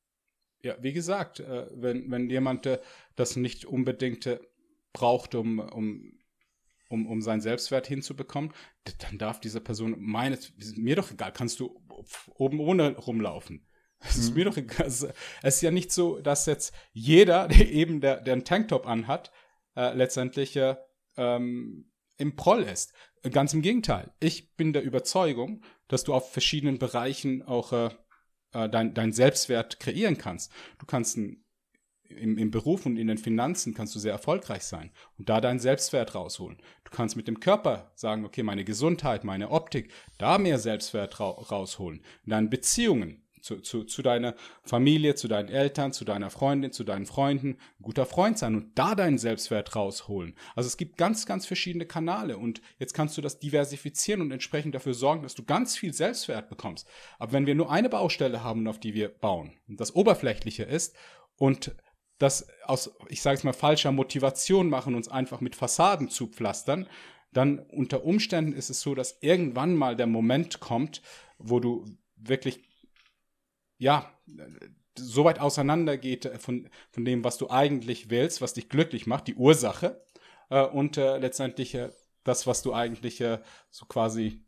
Ja, wie gesagt, äh, wenn, wenn jemand äh, das nicht unbedingt äh, braucht, um, um, um, um seinen Selbstwert hinzubekommen, dann darf diese Person meines, mir doch egal, kannst du oben ohne rumlaufen. Es ist mhm. mir doch egal. Es ist ja nicht so, dass jetzt jeder, der eben der, der einen Tanktop anhat, äh, letztendlich äh, ähm, im Proll ist. Ganz im Gegenteil. Ich bin der Überzeugung, dass du auf verschiedenen Bereichen auch äh, dein, dein Selbstwert kreieren kannst. Du kannst ein, im, im Beruf und in den Finanzen kannst du sehr erfolgreich sein und da deinen Selbstwert rausholen. Du kannst mit dem Körper sagen, okay, meine Gesundheit, meine Optik, da mehr Selbstwert ra- rausholen. In deinen Beziehungen, Zu, zu, zu deiner Familie, zu deinen Eltern, zu deiner Freundin, zu deinen Freunden, ein guter Freund sein und da deinen Selbstwert rausholen. Also es gibt ganz, ganz verschiedene Kanäle und jetzt kannst du das diversifizieren und entsprechend dafür sorgen, dass du ganz viel Selbstwert bekommst. Aber wenn wir nur eine Baustelle haben, auf die wir bauen und das Oberflächliche ist und das aus, ich sage es mal, falscher Motivation machen, uns einfach mit Fassaden zu pflastern, dann unter Umständen ist es so, dass irgendwann mal der Moment kommt, wo du wirklich ja, so weit auseinander geht von, von dem, was du eigentlich willst, was dich glücklich macht, die Ursache äh, und äh, letztendlich äh, das, was du eigentlich äh, so quasi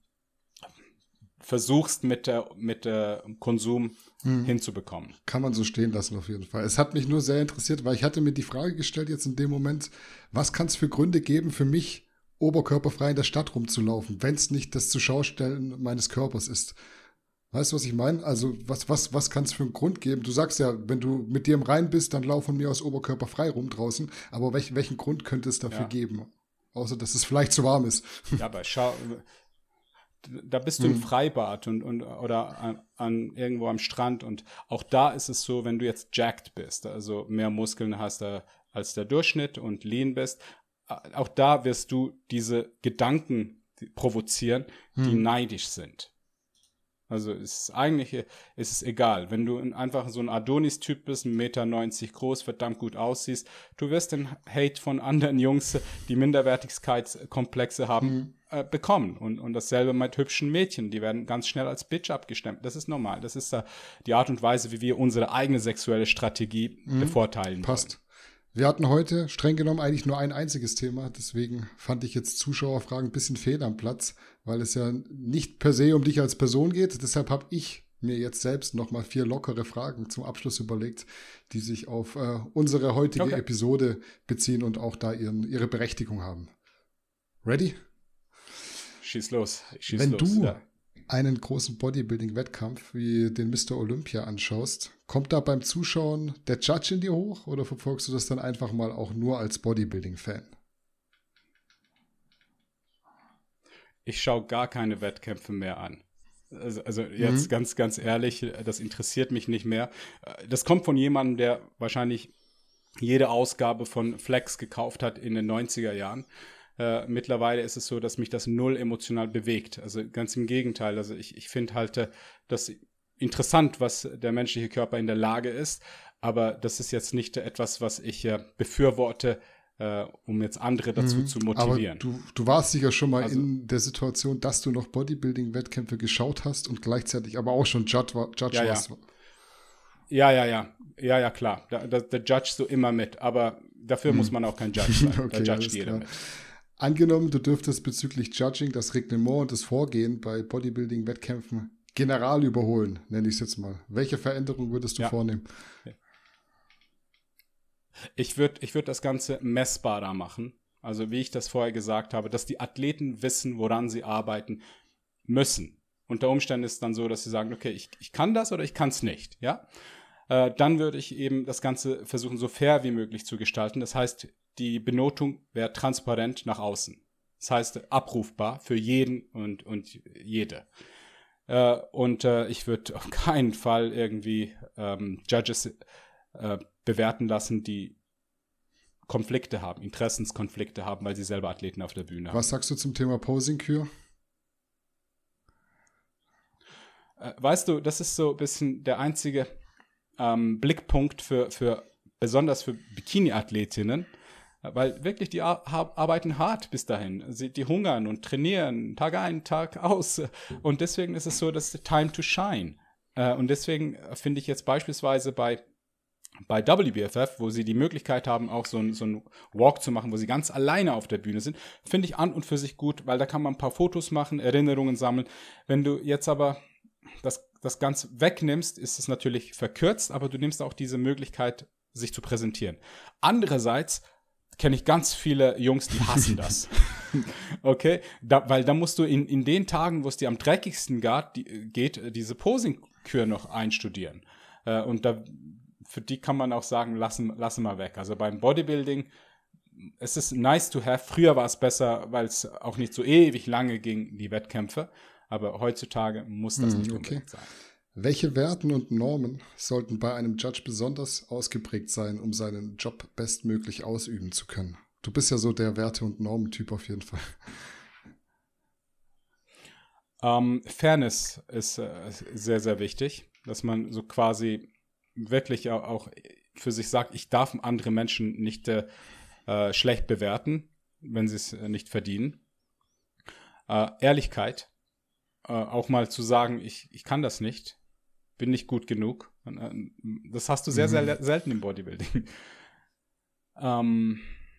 versuchst mit, äh, mit äh, Konsum hm. hinzubekommen. Kann man so stehen lassen auf jeden Fall. Es hat mich nur sehr interessiert, weil ich hatte mir die Frage gestellt jetzt in dem Moment, was kann es für Gründe geben für mich, oberkörperfrei in der Stadt rumzulaufen, wenn es nicht das Zuschaustellen meines Körpers ist. Weißt du, was ich meine? Also, was, was, was kann es für einen Grund geben? Du sagst ja, wenn du mit dir im Rein bist, dann lauf von mir aus oberkörperfrei rum draußen. Aber welch, welchen Grund könnte es dafür ja. geben? Außer, dass es vielleicht zu warm ist. Ja, aber schau, da bist du hm. im Freibad und, und, oder an, an irgendwo am Strand. Und auch da ist es so, wenn du jetzt jacked bist, also mehr Muskeln hast äh, als der Durchschnitt und lean bist, auch da wirst du diese Gedanken provozieren, die hm. neidisch sind. Also es ist eigentlich ist es egal. Wenn du einfach so ein Adonis-Typ bist, ein Meter neunzig groß, verdammt gut aussiehst, du wirst den Hate von anderen Jungs, die Minderwertigkeitskomplexe haben, mhm. äh, bekommen. Und, und dasselbe mit hübschen Mädchen. Die werden ganz schnell als Bitch abgestempelt. Das ist normal. Das ist uh, die Art und Weise, wie wir unsere eigene sexuelle Strategie mhm. bevorteilen. Passt. Wollen. Wir hatten heute streng genommen eigentlich nur ein einziges Thema, deswegen fand ich jetzt Zuschauerfragen ein bisschen fehl am Platz, weil es ja nicht per se um dich als Person geht. Deshalb habe ich mir jetzt selbst nochmal vier lockere Fragen zum Abschluss überlegt, die sich auf äh, unsere heutige okay. Episode beziehen und auch da ihren, ihre Berechtigung haben. Ready? Schieß los. Schieß Wenn los, du ja. einen großen Bodybuilding-Wettkampf wie den Mister Olympia anschaust, kommt da beim Zuschauen der Judge in dir hoch oder verfolgst du das dann einfach mal auch nur als Bodybuilding-Fan? Ich schaue gar keine Wettkämpfe mehr an. Also, also jetzt mhm. ganz, ganz ehrlich, das interessiert mich nicht mehr. Das kommt von jemandem, der wahrscheinlich jede Ausgabe von Flex gekauft hat in den neunziger Jahren. Äh, mittlerweile ist es so, dass mich das null emotional bewegt. Also ganz im Gegenteil. Also ich, ich finde halt äh, das interessant, was der menschliche Körper in der Lage ist. Aber das ist jetzt nicht etwas, was ich äh, befürworte, äh, um jetzt andere dazu mhm. zu motivieren. Aber du, du warst sicher schon mal also, in der Situation, dass du noch Bodybuilding-Wettkämpfe geschaut hast und gleichzeitig aber auch schon Judge, war, Judge ja, warst. Ja, ja, ja. Ja, ja, klar. Da, da, der Judge so immer mit. Aber dafür mhm. muss man auch kein Judge sein. Okay, da judgt jeder mit. Angenommen, du dürftest bezüglich Judging das Reglement und das Vorgehen bei Bodybuilding-Wettkämpfen general überholen, nenne ich es jetzt mal. Welche Veränderung würdest du ja. vornehmen? Ich würde ich würd das Ganze messbarer machen. Also wie ich das vorher gesagt habe, dass die Athleten wissen, woran sie arbeiten müssen. Unter Umständen ist es dann so, dass sie sagen, okay, ich, ich kann das oder ich kann es nicht. Ja? Äh, dann würde ich eben das Ganze versuchen, so fair wie möglich zu gestalten. Das heißt, die Benotung wäre transparent nach außen. Das heißt, abrufbar für jeden und, und jede. Äh, und äh, ich würde auf keinen Fall irgendwie ähm, Judges äh, bewerten lassen, die Konflikte haben, Interessenskonflikte haben, weil sie selber Athleten auf der Bühne haben. Was sagst du zum Thema Posing-Kür? Äh, weißt du, das ist so ein bisschen der einzige ähm, Blickpunkt für, für besonders für Bikini-Athletinnen, weil wirklich, die ar- arbeiten hart bis dahin. Sie, die hungern und trainieren Tag ein, Tag aus. Und deswegen ist es so, dass time to shine. Äh, und deswegen finde ich jetzt beispielsweise bei, bei W B F F, wo sie die Möglichkeit haben, auch so ein, so ein Walk zu machen, wo sie ganz alleine auf der Bühne sind, finde ich an und für sich gut, weil da kann man ein paar Fotos machen, Erinnerungen sammeln. Wenn du jetzt aber das, das ganz wegnimmst, ist es natürlich verkürzt, aber du nimmst auch diese Möglichkeit, sich zu präsentieren. Andererseits kenne ich ganz viele Jungs, die hassen das. Okay? Da, weil da musst du in, in den Tagen, wo es dir am dreckigsten geht, die, geht diese Posing-Kür noch einstudieren. Äh, und da, für die kann man auch sagen, lassen, lassen wir weg. Also beim Bodybuilding, es ist nice to have. Früher war es besser, weil es auch nicht so ewig lange ging, die Wettkämpfe. Aber heutzutage muss das nicht unbedingt sein. Welche Werten und Normen sollten bei einem Judge besonders ausgeprägt sein, um seinen Job bestmöglich ausüben zu können? Du bist ja so der Werte- und Normentyp auf jeden Fall. Ähm, Fairness ist äh, sehr, sehr wichtig, dass man so quasi wirklich auch, auch für sich sagt, ich darf andere Menschen nicht äh, äh, schlecht bewerten, wenn sie es äh, nicht verdienen. Äh, Ehrlichkeit, äh, auch mal zu sagen, ich, ich kann das nicht, bin nicht gut genug. Das hast du sehr, mhm. sehr selten im Bodybuilding. ähm,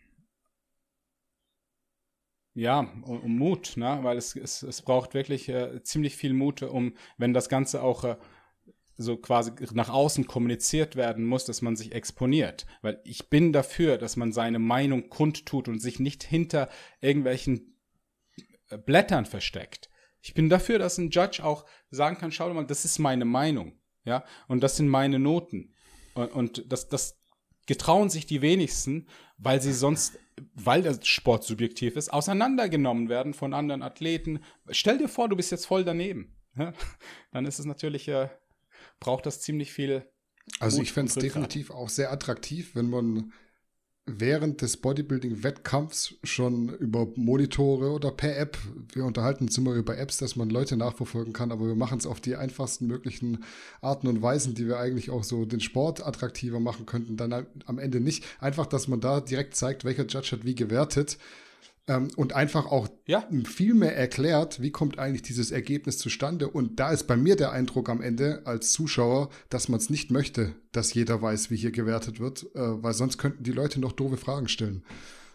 ja, und, und Mut, ne? Weil es, es, es braucht wirklich äh, ziemlich viel Mut, um, wenn das Ganze auch äh, so quasi nach außen kommuniziert werden muss, dass man sich exponiert. Weil ich bin dafür, dass man seine Meinung kundtut und sich nicht hinter irgendwelchen Blättern versteckt. Ich bin dafür, dass ein Judge auch sagen kann, schau mal, das ist meine Meinung, ja, und das sind meine Noten. Und, und das, das getrauen sich die wenigsten, weil sie sonst, weil der Sport subjektiv ist, auseinandergenommen werden von anderen Athleten. Stell dir vor, du bist jetzt voll daneben. Ja? Dann ist es natürlich, äh, braucht das ziemlich viel. Also Mut ich fände es definitiv auch sehr attraktiv, wenn man während des Bodybuilding-Wettkampfs schon über Monitore oder per App, wir unterhalten uns immer über Apps, dass man Leute nachverfolgen kann, aber wir machen es auf die einfachsten möglichen Arten und Weisen, die wir eigentlich auch so den Sport attraktiver machen könnten, dann am Ende nicht. Einfach, dass man da direkt zeigt, welcher Judge hat wie gewertet. Ähm, und einfach auch ja. viel mehr erklärt, wie kommt eigentlich dieses Ergebnis zustande. Und da ist bei mir der Eindruck am Ende als Zuschauer, dass man es nicht möchte, dass jeder weiß, wie hier gewertet wird, äh, weil sonst könnten die Leute noch doofe Fragen stellen.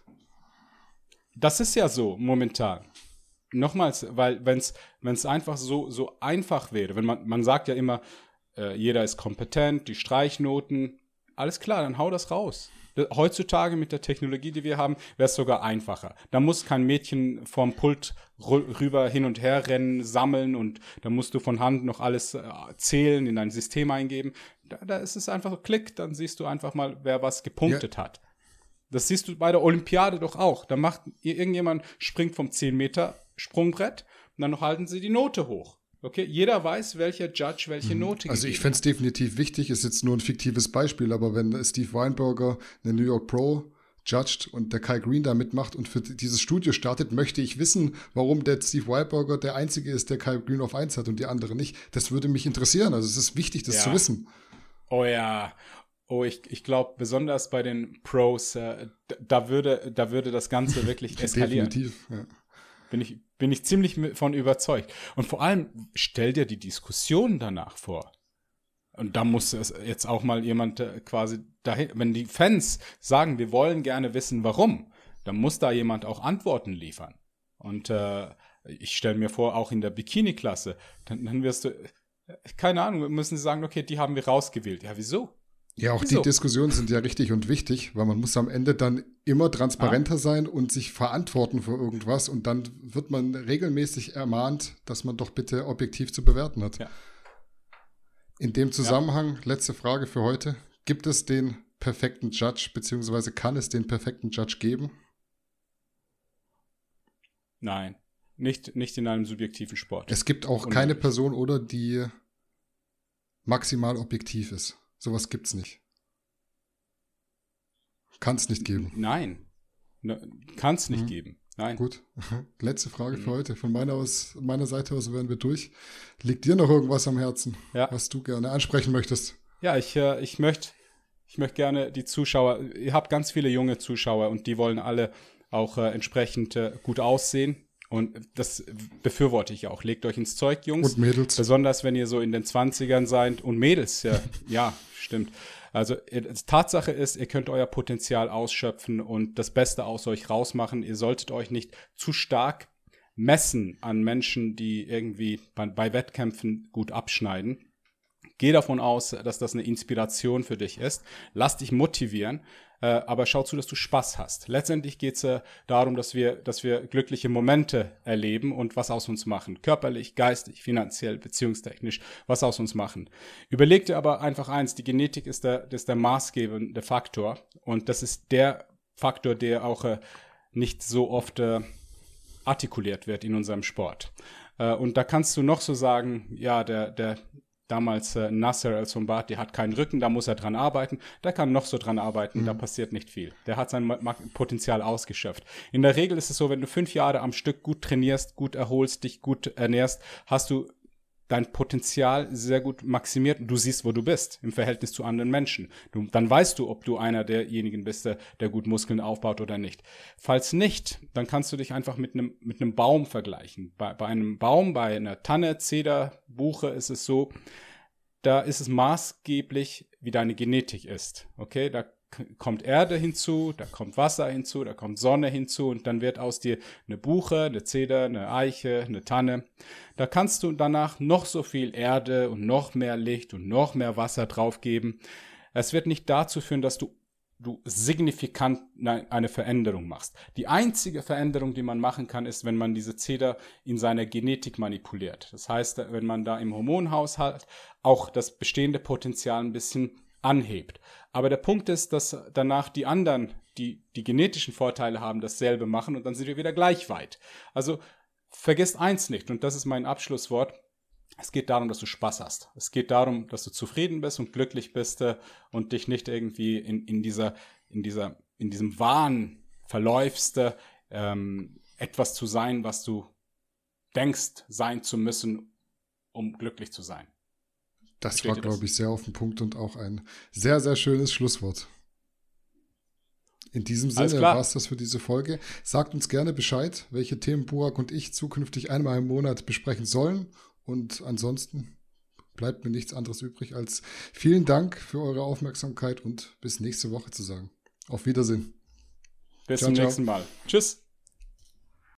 Das ist ja so momentan. Nochmals, weil wenn es einfach so, so einfach wäre, wenn man, man sagt ja immer, äh, jeder ist kompetent, die Streichnoten, alles klar, dann hau das raus. Heutzutage mit der Technologie, die wir haben, wäre es sogar einfacher. Da muss kein Mädchen vorm Pult rüber hin und her rennen, sammeln und da musst du von Hand noch alles äh, zählen, in dein System eingeben. Da, da ist es einfach so, klick, dann siehst du einfach mal, wer was gepunktet ja. hat. Das siehst du bei der Olympiade doch auch. Da macht irgendjemand, springt vom zehn Meter Sprungbrett und dann halten sie die Note hoch. Okay, jeder weiß, welcher Judge welche Note Also ich fände es definitiv wichtig, ist jetzt nur ein fiktives Beispiel, aber wenn Steve Weinberger eine New York Pro judged und der Kai Green da mitmacht und für dieses Studio startet, möchte ich wissen, warum der Steve Weinberger der Einzige ist, der Kai Green auf eins hat und die anderen nicht. Das würde mich interessieren, also es ist wichtig, das ja. zu wissen. Oh ja, oh, ich, ich glaube, besonders bei den Pros, äh, da, würde, da würde das Ganze wirklich eskalieren. Definitiv, ja. Bin ich, bin ich ziemlich von überzeugt. Und vor allem, stell dir die Diskussion danach vor. Und da muss es jetzt auch mal jemand äh, quasi dahin, wenn die Fans sagen, wir wollen gerne wissen, warum, dann muss da jemand auch Antworten liefern. Und äh, ich stelle mir vor, auch in der Bikini-Klasse, dann, dann wirst du, keine Ahnung, müssen sie sagen, okay, die haben wir rausgewählt. Ja, wieso? Ja, auch Wieso? Die Diskussionen sind ja richtig und wichtig, weil man muss am Ende dann immer transparenter ah. sein und sich verantworten für irgendwas und dann wird man regelmäßig ermahnt, dass man doch bitte objektiv zu bewerten hat. Ja. In dem Zusammenhang, ja. letzte Frage für heute, gibt es den perfekten Judge, beziehungsweise kann es den perfekten Judge geben? Nein, nicht, nicht in einem subjektiven Sport. Es gibt auch keine Person, oder, die maximal objektiv ist. Sowas gibt's nicht. Kann es nicht geben. Nein. Ne, kann es nicht mhm. geben. Nein. Gut. Letzte Frage mhm. für heute. Von meiner, aus, meiner Seite aus wären wir durch. Liegt dir noch irgendwas am Herzen, ja. was du gerne ansprechen möchtest? Ja, ich, äh, ich möchte ich möcht gerne die Zuschauer, ihr habt ganz viele junge Zuschauer und die wollen alle auch äh, entsprechend äh, gut aussehen. Und das befürworte ich auch. Legt euch ins Zeug, Jungs. Und Mädels. Besonders, wenn ihr so in den zwanzigern seid. Und Mädels, ja, ja, stimmt. Also Tatsache ist, ihr könnt euer Potenzial ausschöpfen und das Beste aus euch rausmachen. Ihr solltet euch nicht zu stark messen an Menschen, die irgendwie bei, bei Wettkämpfen gut abschneiden. Geh davon aus, dass das eine Inspiration für dich ist. Lass dich motivieren. Äh, aber schau zu, dass du Spaß hast. Letztendlich geht es äh, darum, dass wir, dass wir glückliche Momente erleben und was aus uns machen. Körperlich, geistig, finanziell, beziehungstechnisch, was aus uns machen. Überleg dir aber einfach eins, die Genetik ist der, das ist der maßgebende Faktor. Und das ist der Faktor, der auch äh, nicht so oft äh, artikuliert wird in unserem Sport. Äh, und da kannst du noch so sagen, ja, der, der damals äh, Nasser El-Sombat, der hat keinen Rücken, da muss er dran arbeiten. Der kann noch so dran arbeiten, mhm. da passiert nicht viel. Der hat sein Ma- Potenzial ausgeschöpft. In der Regel ist es so, wenn du fünf Jahre am Stück gut trainierst, gut erholst, dich gut ernährst, hast du dein Potenzial sehr gut maximiert und du siehst, wo du bist im Verhältnis zu anderen Menschen. Du, dann weißt du, ob du einer derjenigen bist, der, der gut Muskeln aufbaut oder nicht. Falls nicht, dann kannst du dich einfach mit einem mit einem Baum vergleichen. Bei, bei einem Baum, bei einer Tanne, Zeder, Buche ist es so, da ist es maßgeblich, wie deine Genetik ist. Okay, da kommt Erde hinzu, da kommt Wasser hinzu, da kommt Sonne hinzu und dann wird aus dir eine Buche, eine Zeder, eine Eiche, eine Tanne. Da kannst du danach noch so viel Erde und noch mehr Licht und noch mehr Wasser draufgeben. Es wird nicht dazu führen, dass du, du signifikant eine Veränderung machst. Die einzige Veränderung, die man machen kann, ist, wenn man diese Zeder in seiner Genetik manipuliert. Das heißt, wenn man da im Hormonhaushalt auch das bestehende Potenzial ein bisschen anhebt. Aber der Punkt ist, dass danach die anderen, die die genetischen Vorteile haben, dasselbe machen und dann sind wir wieder gleich weit. Also vergesst eins nicht und das ist mein Abschlusswort. Es geht darum, dass du Spaß hast. Es geht darum, dass du zufrieden bist und glücklich bist äh, und dich nicht irgendwie in, in, dieser, in, dieser, in diesem Wahn verläufst, äh, ähm, etwas zu sein, was du denkst, sein zu müssen, um glücklich zu sein. Das war, glaube ich, sehr auf den Punkt und auch ein sehr, sehr schönes Schlusswort. In diesem Sinne war es das für diese Folge. Sagt uns gerne Bescheid, welche Themen Burak und ich zukünftig einmal im Monat besprechen sollen. Und ansonsten bleibt mir nichts anderes übrig, als vielen Dank für eure Aufmerksamkeit und bis nächste Woche zu sagen. Auf Wiedersehen. Bis zum nächsten Mal. Tschüss.